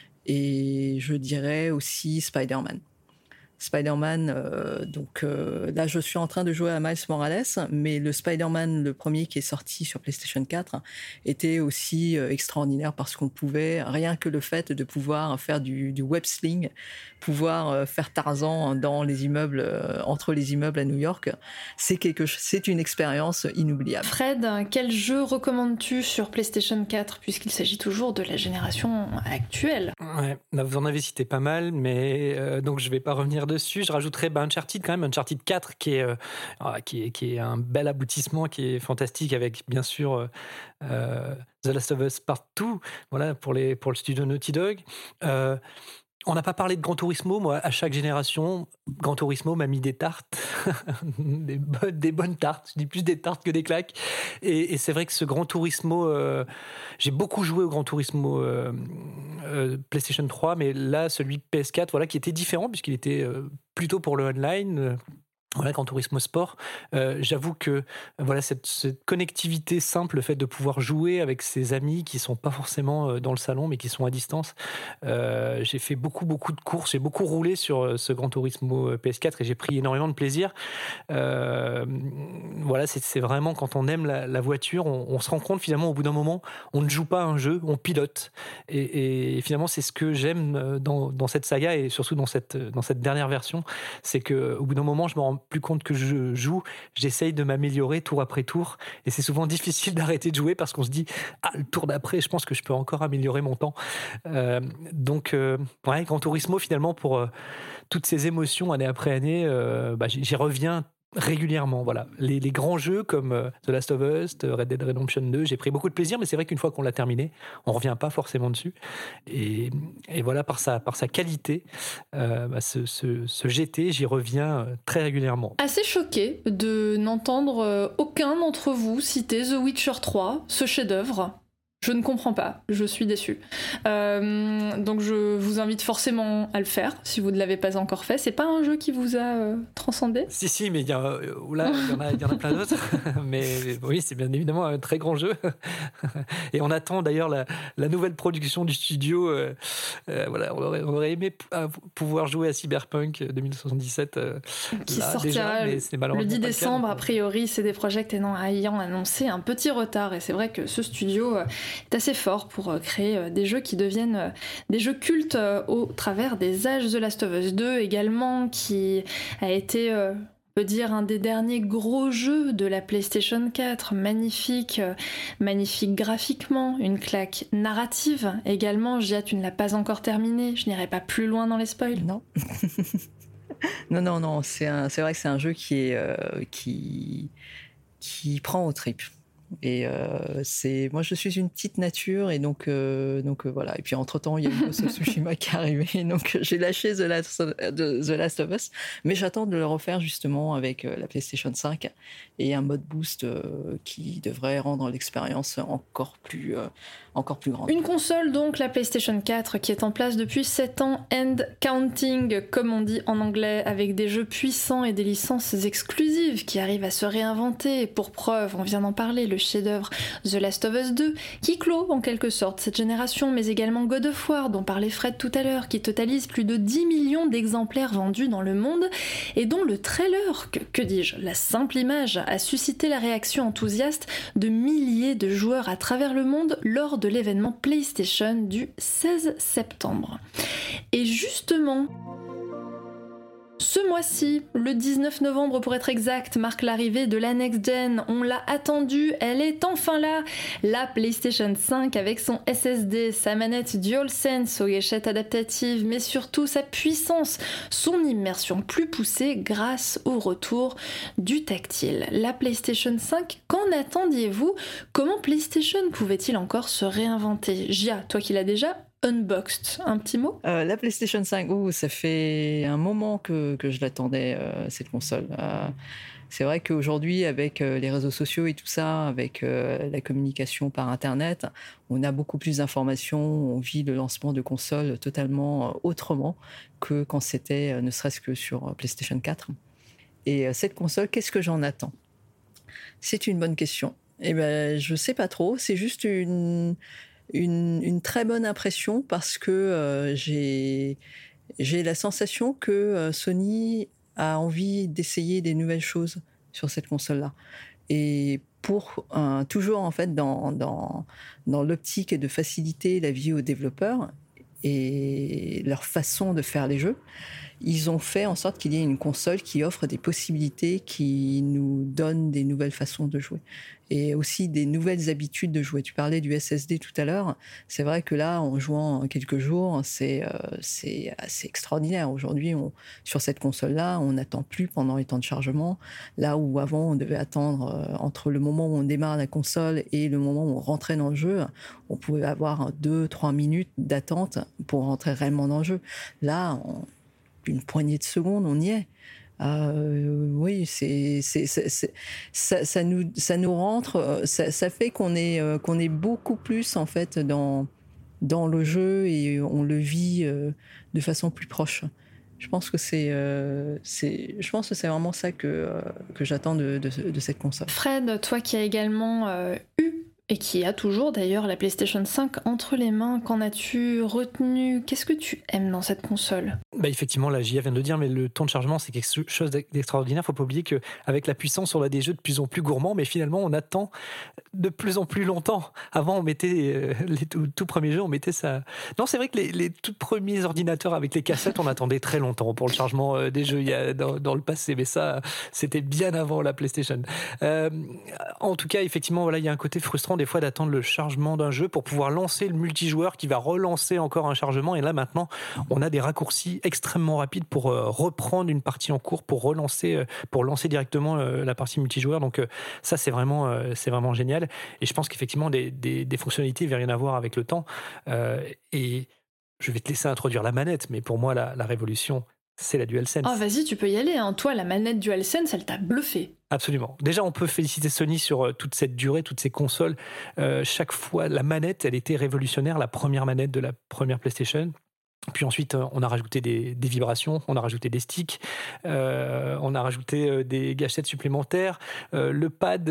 Et je dirais aussi Spider-Man. Spider-Man, euh, donc euh, là je suis en train de jouer à Miles Morales, mais le Spider-Man, le premier qui est sorti sur PlayStation quatre, était aussi euh, extraordinaire parce qu'on pouvait, rien que le fait de pouvoir faire du, du web-sling, pouvoir euh, faire Tarzan dans les immeubles, euh, entre les immeubles à New York, c'est, quelque, c'est une expérience inoubliable. Fred, quel jeu recommandes-tu sur PlayStation quatre, puisqu'il s'agit toujours de la génération actuelle? Ouais, vous en avez cité pas mal, mais euh, donc je vais pas revenir dessus. Je rajouterais bah, Uncharted quand même, Uncharted quatre qui est, euh, qui est, qui est un bel aboutissement, qui est fantastique avec bien sûr euh, euh, The Last of Us Part deux, voilà, pour, les, pour le studio Naughty Dog. Euh, On n'a pas parlé de Gran Turismo. Moi, à chaque génération, Gran Turismo m'a mis des tartes, des, bonnes, des bonnes tartes. Je dis plus des tartes que des claques. Et, et c'est vrai que ce Gran Turismo, euh, j'ai beaucoup joué au Gran Turismo euh, euh, PlayStation trois, mais là, celui P S quatre, voilà, qui était différent puisqu'il était euh, plutôt pour le online. Euh, Voilà, Gran Turismo Sport. Euh, j'avoue que voilà cette, cette connectivité simple, le fait de pouvoir jouer avec ses amis qui sont pas forcément dans le salon mais qui sont à distance. Euh, j'ai fait beaucoup beaucoup de courses, j'ai beaucoup roulé sur ce Gran Turismo P S quatre et j'ai pris énormément de plaisir. Euh, voilà, c'est, c'est vraiment quand on aime la, la voiture, on, on se rend compte finalement au bout d'un moment, on ne joue pas à un jeu, on pilote. Et, et finalement, c'est ce que j'aime dans, dans cette saga et surtout dans cette dans cette dernière version, c'est que au bout d'un moment, je me rends plus compte que je joue, j'essaye de m'améliorer tour après tour et c'est souvent difficile d'arrêter de jouer parce qu'on se dit ah le tour d'après je pense que je peux encore améliorer mon temps. Euh, donc euh, ouais, Gran Turismo finalement pour euh, toutes ces émotions année après année, euh, bah, j'y, j'y reviens régulièrement. Voilà. Les, les grands jeux comme euh, The Last of Us, Red Dead Redemption deux, j'ai pris beaucoup de plaisir, mais c'est vrai qu'une fois qu'on l'a terminé, on ne revient pas forcément dessus. Et, et voilà, par sa, par sa qualité, euh, bah, ce, ce, ce G T, j'y reviens très régulièrement. Assez choqué de n'entendre euh, aucun d'entre vous citer The Witcher trois, ce chef-d'œuvre. Je ne comprends pas, je suis déçue. Euh, donc je vous invite forcément à le faire, si vous ne l'avez pas encore fait. C'est pas un jeu qui vous a euh, transcendé ? Si, si, mais il y, a, oula, il y en a, il y en a plein d'autres. Mais oui, c'est bien évidemment un très grand jeu. Et on attend d'ailleurs la, la nouvelle production du studio. Euh, euh, voilà, on aurait, on aurait aimé p- pouvoir jouer à Cyberpunk deux mille soixante-dix-sept. Euh, qui là, sortira déjà, mais c'est malheureusement le dix pas décembre, le cas, a priori, C D Projekt ayant annoncé un petit retard. Et c'est vrai que ce studio euh, est assez fort pour euh, créer euh, des jeux qui deviennent euh, des jeux cultes euh, au travers des âges. The Last of Us deux également, qui a été... Euh, on peut dire un des derniers gros jeux de la PlayStation quatre, magnifique, euh, magnifique graphiquement, une claque narrative également. Gia, tu ne l'as pas encore terminé, je n'irai pas plus loin dans les spoils. Non. non, non, non, c'est, un, c'est vrai que c'est un jeu qui, est, euh, qui, qui prend aux tripes. Et euh, c'est, moi, je suis une petite nature, et donc, euh, donc euh, voilà. Et puis entre temps, il y a eu Ghost of Tsushima qui est arrivé, donc j'ai lâché The Last, of, The Last of Us, mais j'attends de le refaire justement avec euh, la PlayStation cinq et un mode boost euh, qui devrait rendre l'expérience encore plus, euh, encore plus grande. Une console donc, la PlayStation quatre, qui est en place depuis sept ans, and counting, comme on dit en anglais, avec des jeux puissants et des licences exclusives qui arrivent à se réinventer. Pour preuve, on vient d'en parler, le chef-d'œuvre The Last of Us deux, qui clôt en quelque sorte cette génération, mais également God of War, dont parlait Fred tout à l'heure, qui totalise plus de dix millions d'exemplaires vendus dans le monde, et dont le trailer, que, que dis-je, la simple image, a suscité la réaction enthousiaste de milliers de joueurs à travers le monde lors de l'événement PlayStation du seize septembre. Et justement, ce mois-ci, le dix-neuf novembre pour être exact, marque l'arrivée de la Next Gen. On l'a attendue, elle est enfin là. La PlayStation cinq avec son S S D, sa manette DualSense aux gâchettes adaptatives, mais surtout sa puissance, son immersion plus poussée grâce au retour du tactile. La PlayStation cinq, qu'en attendiez-vous ? Comment PlayStation pouvait-il encore se réinventer ? Gia, toi qui l'as déjà unboxed, un petit mot ? euh, La PlayStation cinq, ouh, ça fait un moment que, que je l'attendais, euh, cette console. Euh, c'est vrai qu'aujourd'hui, avec euh, les réseaux sociaux et tout ça, avec euh, la communication par Internet, on a beaucoup plus d'informations, on vit le lancement de consoles totalement euh, autrement que quand c'était euh, ne serait-ce que sur euh, PlayStation quatre. Et euh, cette console, qu'est-ce que j'en attends ? C'est une bonne question. Eh ben, je sais pas trop, c'est juste une... Une, une très bonne impression parce que euh, j'ai, j'ai la sensation que euh, Sony a envie d'essayer des nouvelles choses sur cette console-là. Et pour euh, toujours en fait dans, dans, dans l'optique de faciliter la vie aux développeurs et leur façon de faire les jeux, ils ont fait en sorte qu'il y ait une console qui offre des possibilités, qui nous donne des nouvelles façons de jouer et aussi des nouvelles habitudes de jouer. Tu parlais du S S D tout à l'heure. C'est vrai que là, en jouant quelques jours, c'est, euh, c'est assez extraordinaire. Aujourd'hui, on, sur cette console-là, on n'attend plus pendant les temps de chargement. Là où avant, on devait attendre euh, entre le moment où on démarre la console et le moment où on rentrait dans le jeu, on pouvait avoir deux, trois minutes d'attente pour rentrer réellement dans le jeu. Là, on, une poignée de secondes, on y est. Euh, oui, c'est, c'est, c'est, c'est, ça, ça, nous, ça nous rentre, ça, ça fait qu'on est, euh, qu'on est beaucoup plus en fait dans, dans le jeu et on le vit euh, de façon plus proche. Je pense que c'est, euh, c'est, je pense que c'est vraiment ça que, euh, que j'attends de, de, de cette console. Fred, toi qui as également euh, eu et qui a toujours d'ailleurs la PlayStation cinq entre les mains, qu'en as-tu retenu ? Qu'est-ce que tu aimes dans cette console ? Bah effectivement, la J A vient de le dire, mais le temps de chargement, c'est quelque chose d'extraordinaire. Il ne faut pas oublier qu'avec la puissance, on a des jeux de plus en plus gourmands, mais finalement, on attend de plus en plus longtemps. Avant, on mettait euh, les tout, tout premiers jeux, on mettait ça... Non, c'est vrai que les, les tout premiers ordinateurs avec les cassettes, on attendait très longtemps pour le chargement euh, des jeux il y a, dans, dans le passé, mais ça, c'était bien avant la PlayStation. Euh, en tout cas, effectivement, voilà, il y a un côté frustrant. Des des fois d'attendre le chargement d'un jeu pour pouvoir lancer le multijoueur qui va relancer encore un chargement. Et là, maintenant, on a des raccourcis extrêmement rapides pour euh, reprendre une partie en cours, pour relancer, euh, pour lancer directement euh, la partie multijoueur. Donc euh, ça, c'est vraiment, euh, c'est vraiment génial. Et je pense qu'effectivement, des, des, des fonctionnalités, il va rien à voir avec le temps. Euh, et je vais te laisser introduire la manette, mais pour moi, la, la révolution, c'est la DualSense. Oh, vas-y, tu peux y aller. Hein. Toi, la manette DualSense, elle t'a bluffé. Absolument. Déjà, on peut féliciter Sony sur euh, toute cette durée, toutes ces consoles. Euh, chaque fois, la manette, elle était révolutionnaire, la première manette de la première PlayStation. Puis ensuite, on a rajouté des, des vibrations, on a rajouté des sticks, euh, on a rajouté euh, des gâchettes supplémentaires, euh, le pad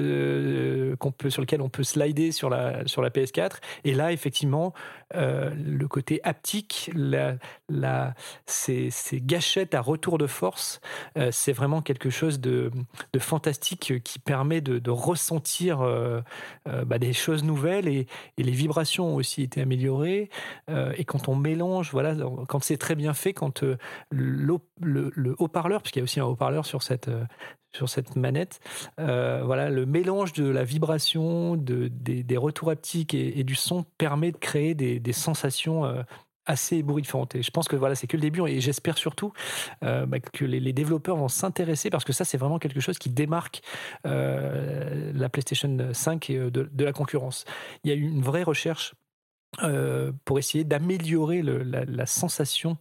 euh, qu'on peut, sur lequel on peut slider sur la, sur la P S quatre. Et là, effectivement, euh, le côté haptique, la, la, ces, ces gâchettes à retour de force, euh, c'est vraiment quelque chose de, de fantastique qui permet de, de ressentir euh, euh, bah, des choses nouvelles. Et, et les vibrations ont aussi été améliorées. Euh, et quand on mélange, voilà, quand c'est très bien fait, quand euh, le, le, le haut-parleur, puisqu'il y a aussi un haut-parleur sur cette, euh, sur cette manette, euh, voilà, le mélange de la vibration, de, des, des retours haptiques et, et du son permet de créer des, des sensations euh, assez ébouriffantes. Et je pense que voilà, c'est que le début, et j'espère surtout euh, bah, que les, les développeurs vont s'intéresser, parce que ça, c'est vraiment quelque chose qui démarque euh, la PlayStation cinq et de, de la concurrence. Il y a eu une vraie recherche Euh, pour essayer d'améliorer le, la, la sensation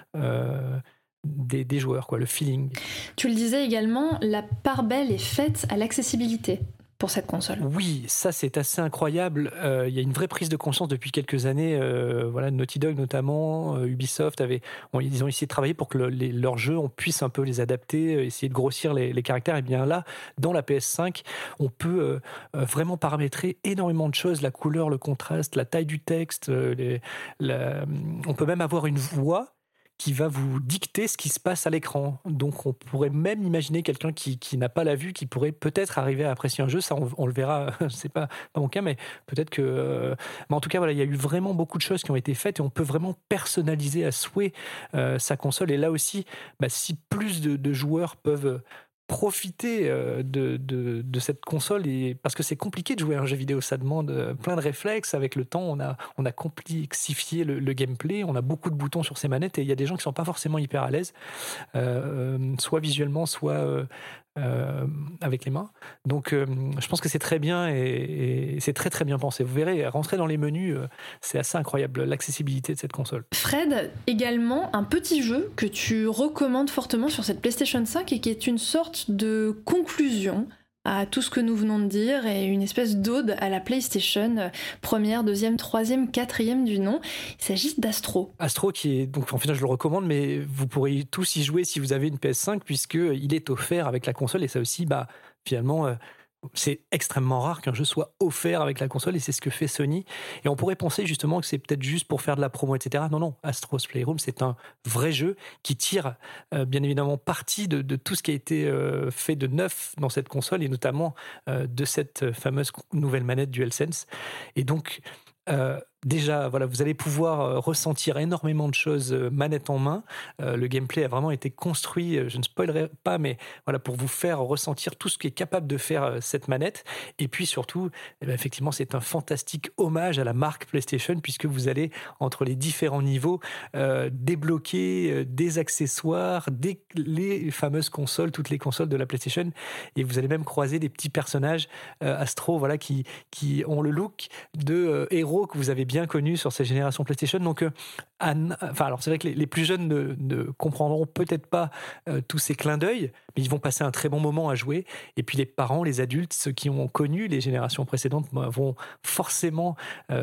euh, des, des joueurs, quoi, le feeling. Tu le disais également, la part belle est faite à l'accessibilité pour cette console. Oui, ça c'est assez incroyable. Euh, il y a une vraie prise de conscience depuis quelques années. Euh, voilà, Naughty Dog notamment, euh, Ubisoft avait, bon, ils ont essayé de travailler pour que le, les, leurs jeux, on puisse un peu les adapter, essayer de grossir les, les caractères. Et bien là, dans la P S cinq, on peut euh, vraiment paramétrer énormément de choses, la couleur, le contraste, la taille du texte. Euh, les, la, on peut même avoir une voix qui va vous dicter ce qui se passe à l'écran. Donc on pourrait même imaginer quelqu'un qui, qui n'a pas la vue, qui pourrait peut-être arriver à apprécier un jeu. Ça, on, on le verra, c'est pas, pas mon cas, mais peut-être que... Euh, mais en tout cas, voilà, il y a eu vraiment beaucoup de choses qui ont été faites et on peut vraiment personnaliser à souhait euh, sa console. Et là aussi, bah, si plus de, de joueurs peuvent profiter de, de, de cette console, et parce que c'est compliqué de jouer à un jeu vidéo, ça demande plein de réflexes. Avec le temps, on a, on a complexifié le, le gameplay, on a beaucoup de boutons sur ces manettes et il y a des gens qui sont pas forcément hyper à l'aise, euh, soit visuellement, soit euh, euh, avec les mains. Donc euh, je pense que c'est très bien et, et c'est très très bien pensé. Vous verrez, rentrer dans les menus, euh, c'est assez incroyable, l'accessibilité de cette console. Fred, également un petit jeu que tu recommandes fortement sur cette PlayStation cinq et qui est une sorte de conclusion à tout ce que nous venons de dire et une espèce d'ode à la PlayStation, première, deuxième, troisième, quatrième du nom. Il s'agit d'Astro. Astro qui est, donc en fait je le recommande, mais vous pourrez tous y jouer si vous avez une P S cinq, puisqu'il est offert avec la console, et ça aussi, bah, finalement... Euh, c'est extrêmement rare qu'un jeu soit offert avec la console, et c'est ce que fait Sony. Et on pourrait penser justement que c'est peut-être juste pour faire de la promo, et cetera. Non, non, Astro's Playroom, c'est un vrai jeu qui tire euh, bien évidemment parti de, de tout ce qui a été euh, fait de neuf dans cette console, et notamment euh, de cette fameuse nouvelle manette DualSense. Et donc, euh, déjà, voilà, vous allez pouvoir ressentir énormément de choses manette en main. Euh, le gameplay a vraiment été construit, je ne spoilerai pas, mais voilà, pour vous faire ressentir tout ce qui est capable de faire cette manette. Et puis surtout, eh bien, effectivement, c'est un fantastique hommage à la marque PlayStation, puisque vous allez, entre les différents niveaux, euh, débloquer euh, des accessoires, des, les fameuses consoles, toutes les consoles de la PlayStation. Et vous allez même croiser des petits personnages euh, Astro, voilà, qui, qui ont le look de euh, héros que vous avez bien connus sur ces générations PlayStation. Donc, euh, à, enfin, alors c'est vrai que les, les plus jeunes ne, ne comprendront peut-être pas euh, tous ces clins d'œil, mais ils vont passer un très bon moment à jouer. Et puis les parents, les adultes, ceux qui ont connu les générations précédentes, bah, vont forcément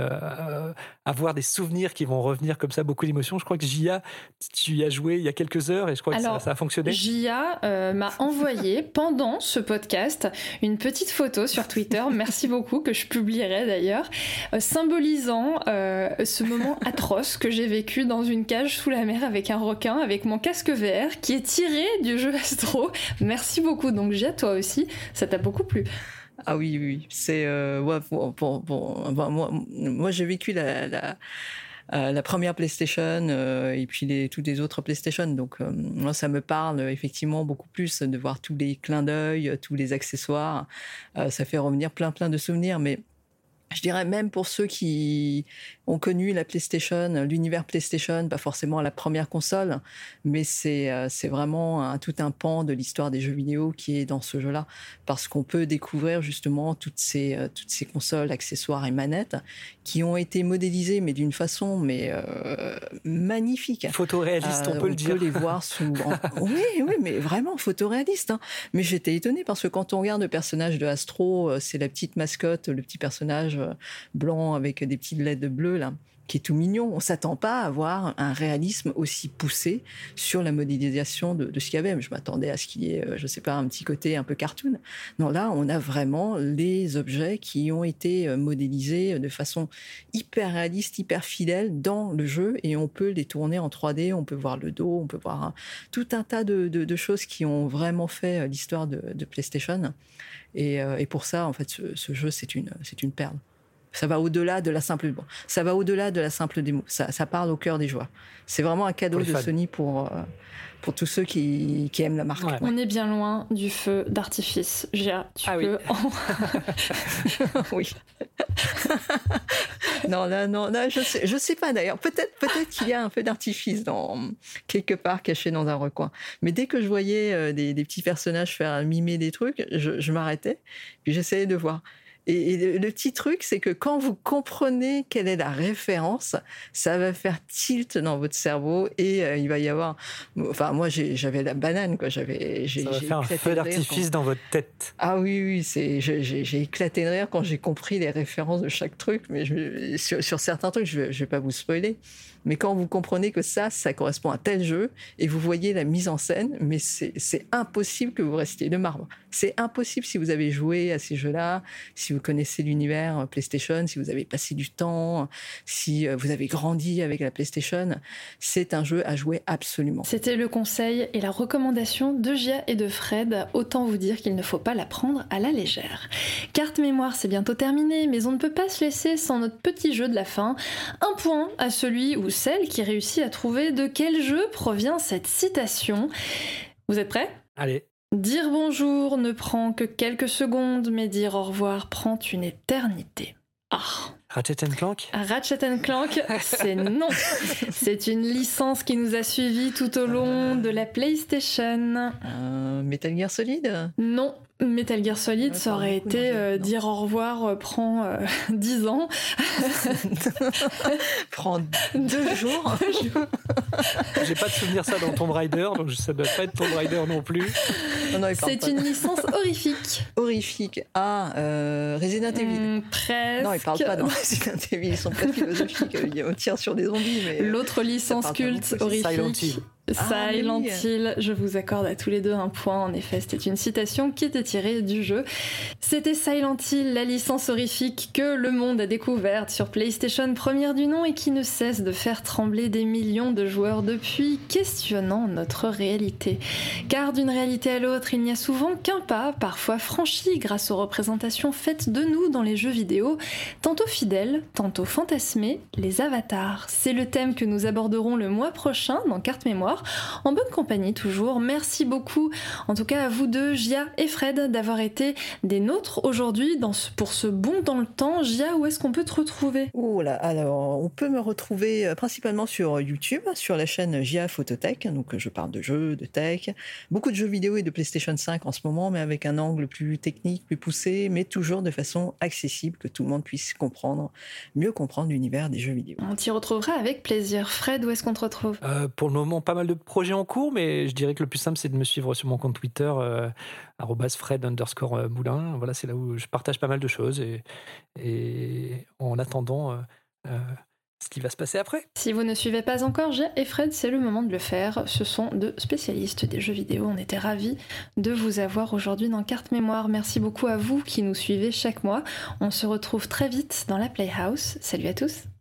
euh, avoir des souvenirs qui vont revenir comme ça, beaucoup d'émotions. Je crois que J A, tu y as joué il y a quelques heures et je crois alors, que ça, ça a fonctionné. J A euh, m'a envoyé pendant ce podcast une petite photo sur Twitter, merci beaucoup, que je publierai d'ailleurs, euh, symbolisant euh, ce moment atroce que j'ai vécu dans une cage sous la mer avec un requin, avec mon casque V R qui est tiré du jeu Astro. Merci beaucoup. Donc J A, toi aussi, ça t'a beaucoup plu? Ah oui, oui, c'est euh, ouais, bon, bon, bon, bon, moi, moi j'ai vécu la, la, euh, la première PlayStation euh, et puis les, toutes les autres PlayStation, donc euh, moi ça me parle effectivement beaucoup plus de voir tous les clins d'œil, tous les accessoires, euh, ça fait revenir plein plein de souvenirs, mais Je dirais même pour ceux qui ont connu la PlayStation, l'univers PlayStation, pas forcément la première console, mais c'est, euh, c'est vraiment un, tout un pan de l'histoire des jeux vidéo qui est dans ce jeu-là, parce qu'on peut découvrir justement toutes ces, euh, toutes ces consoles, accessoires et manettes qui ont été modélisées, mais d'une façon mais euh, magnifique. Photoréaliste, euh, on peut on le dire. On peut les voir sous... En... oui, oui, mais vraiment photoréaliste. Hein. Mais j'étais étonnée parce que quand on regarde le personnage de Astro, c'est la petite mascotte, le petit personnage blanc avec des petites lettres bleues là, qui est tout mignon. On s'attend pas à avoir un réalisme aussi poussé sur la modélisation de, de ce qu'il y avait. Je m'attendais à ce qu'il y ait, je sais pas, un petit côté un peu cartoon. Non, là, on a vraiment les objets qui ont été modélisés de façon hyper réaliste, hyper fidèle dans le jeu, et on peut les tourner en trois D. On peut voir le dos, on peut voir un, tout un tas de, de, de choses qui ont vraiment fait l'histoire de, de PlayStation. Et, et pour ça, en fait, ce, ce jeu, c'est une, c'est une perle. Ça va au-delà de la simple, bon, ça va au-delà de la simple démo. Ça, ça parle au cœur des joueurs. C'est vraiment un cadeau de fans. Sony pour, pour tous ceux qui, qui aiment la marque. Ouais. On est bien loin du feu d'artifice. Gia, tu ah peux oui. en... oui. non, là, non, là, je sais, je sais pas d'ailleurs. Peut-être, peut-être qu'il y a un feu d'artifice dans, quelque part caché dans un recoin. Mais dès que je voyais euh, des, des petits personnages faire mimer des trucs, je, je m'arrêtais, puis j'essayais de voir. Et, et le petit truc, c'est que quand vous comprenez quelle est la référence, ça va faire tilt dans votre cerveau et euh, il va y avoir... Enfin, moi, j'ai, j'avais la banane, quoi. J'avais, j'ai, ça va j'ai faire un feu d'artifice quand... dans votre tête. Ah oui, oui, c'est, j'ai, j'ai, j'ai éclaté de rire quand j'ai compris les références de chaque truc. Mais je, sur, sur certains trucs, je ne vais, je vais pas vous spoiler. Mais quand vous comprenez que ça, ça correspond à tel jeu, et vous voyez la mise en scène, mais c'est, c'est impossible que vous restiez de marbre. C'est impossible si vous avez joué à ces jeux-là, si vous connaissez l'univers PlayStation, si vous avez passé du temps, si vous avez grandi avec la PlayStation. C'est un jeu à jouer absolument. C'était le conseil et la recommandation de Gia et de Fred. Autant vous dire qu'il ne faut pas la prendre à la légère. Carte mémoire, c'est bientôt terminé, mais on ne peut pas se laisser sans notre petit jeu de la fin. Un point à celui ou celle qui réussit à trouver de quel jeu provient cette citation. Vous êtes prêts ? Allez. Dire bonjour ne prend que quelques secondes, mais dire au revoir prend une éternité. Ah. Ratchet and Clank ? Ratchet and Clank, c'est non. C'est une licence qui nous a suivis tout au long de la PlayStation. Euh, Metal Gear Solid ? Non. Metal Gear Solid, ouais, ça aurait été euh, dire au revoir euh, prend euh, dix ans. Prend deux jours. deux jours. J'ai pas de souvenir ça dans Tomb Raider, donc ça doit pas être Tomb Raider non plus. Non, non, c'est pas. Une licence horrifique. Horrifique. Ah, euh, Resident Evil. Mmh, presque. Non, ils parlent pas dans Resident Evil, ils sont pas philosophiques. On tire sur des zombies, mais... L'autre licence culte horrifique. Silent Hill. Ah, Silent oui. Hill, je vous accorde à tous les deux un point. En effet, c'était une citation qui était tirée du jeu. C'était Silent Hill, la licence horrifique que le monde a découverte sur PlayStation, première du nom, et qui ne cesse de faire trembler des millions de joueurs depuis, questionnant notre réalité. Car d'une réalité à l'autre, il n'y a souvent qu'un pas, parfois franchi grâce aux représentations faites de nous dans les jeux vidéo, tantôt fidèles, tantôt fantasmés, les avatars. C'est le thème que nous aborderons le mois prochain dans Carte Mémoire. En bonne compagnie toujours. Merci beaucoup en tout cas à vous deux, Gia et Fred, d'avoir été des nôtres aujourd'hui dans ce, pour ce bond dans le temps. Gia, où est-ce qu'on peut te retrouver ? Oh là, alors on peut me retrouver principalement sur YouTube, sur la chaîne Gia Phototech. Donc je parle de jeux, de tech, beaucoup de jeux vidéo et de PlayStation cinq en ce moment, mais avec un angle plus technique, plus poussé, mais toujours de façon accessible, que tout le monde puisse comprendre, mieux comprendre l'univers des jeux vidéo. On t'y retrouvera avec plaisir. Fred, où est-ce qu'on te retrouve ? euh, Pour le moment, pas mal de projets en cours, mais je dirais que le plus simple, c'est de me suivre sur mon compte Twitter, euh, arobase Fred underscore Moulin. Voilà, c'est là où je partage pas mal de choses et, et en attendant euh, euh, ce qui va se passer après. Si vous ne suivez pas encore Gia et Fred, c'est le moment de le faire. Ce sont deux spécialistes des jeux vidéo. On était ravis de vous avoir aujourd'hui dans Carte Mémoire. Merci beaucoup à vous qui nous suivez chaque mois. On se retrouve très vite dans la Playhouse. Salut à tous.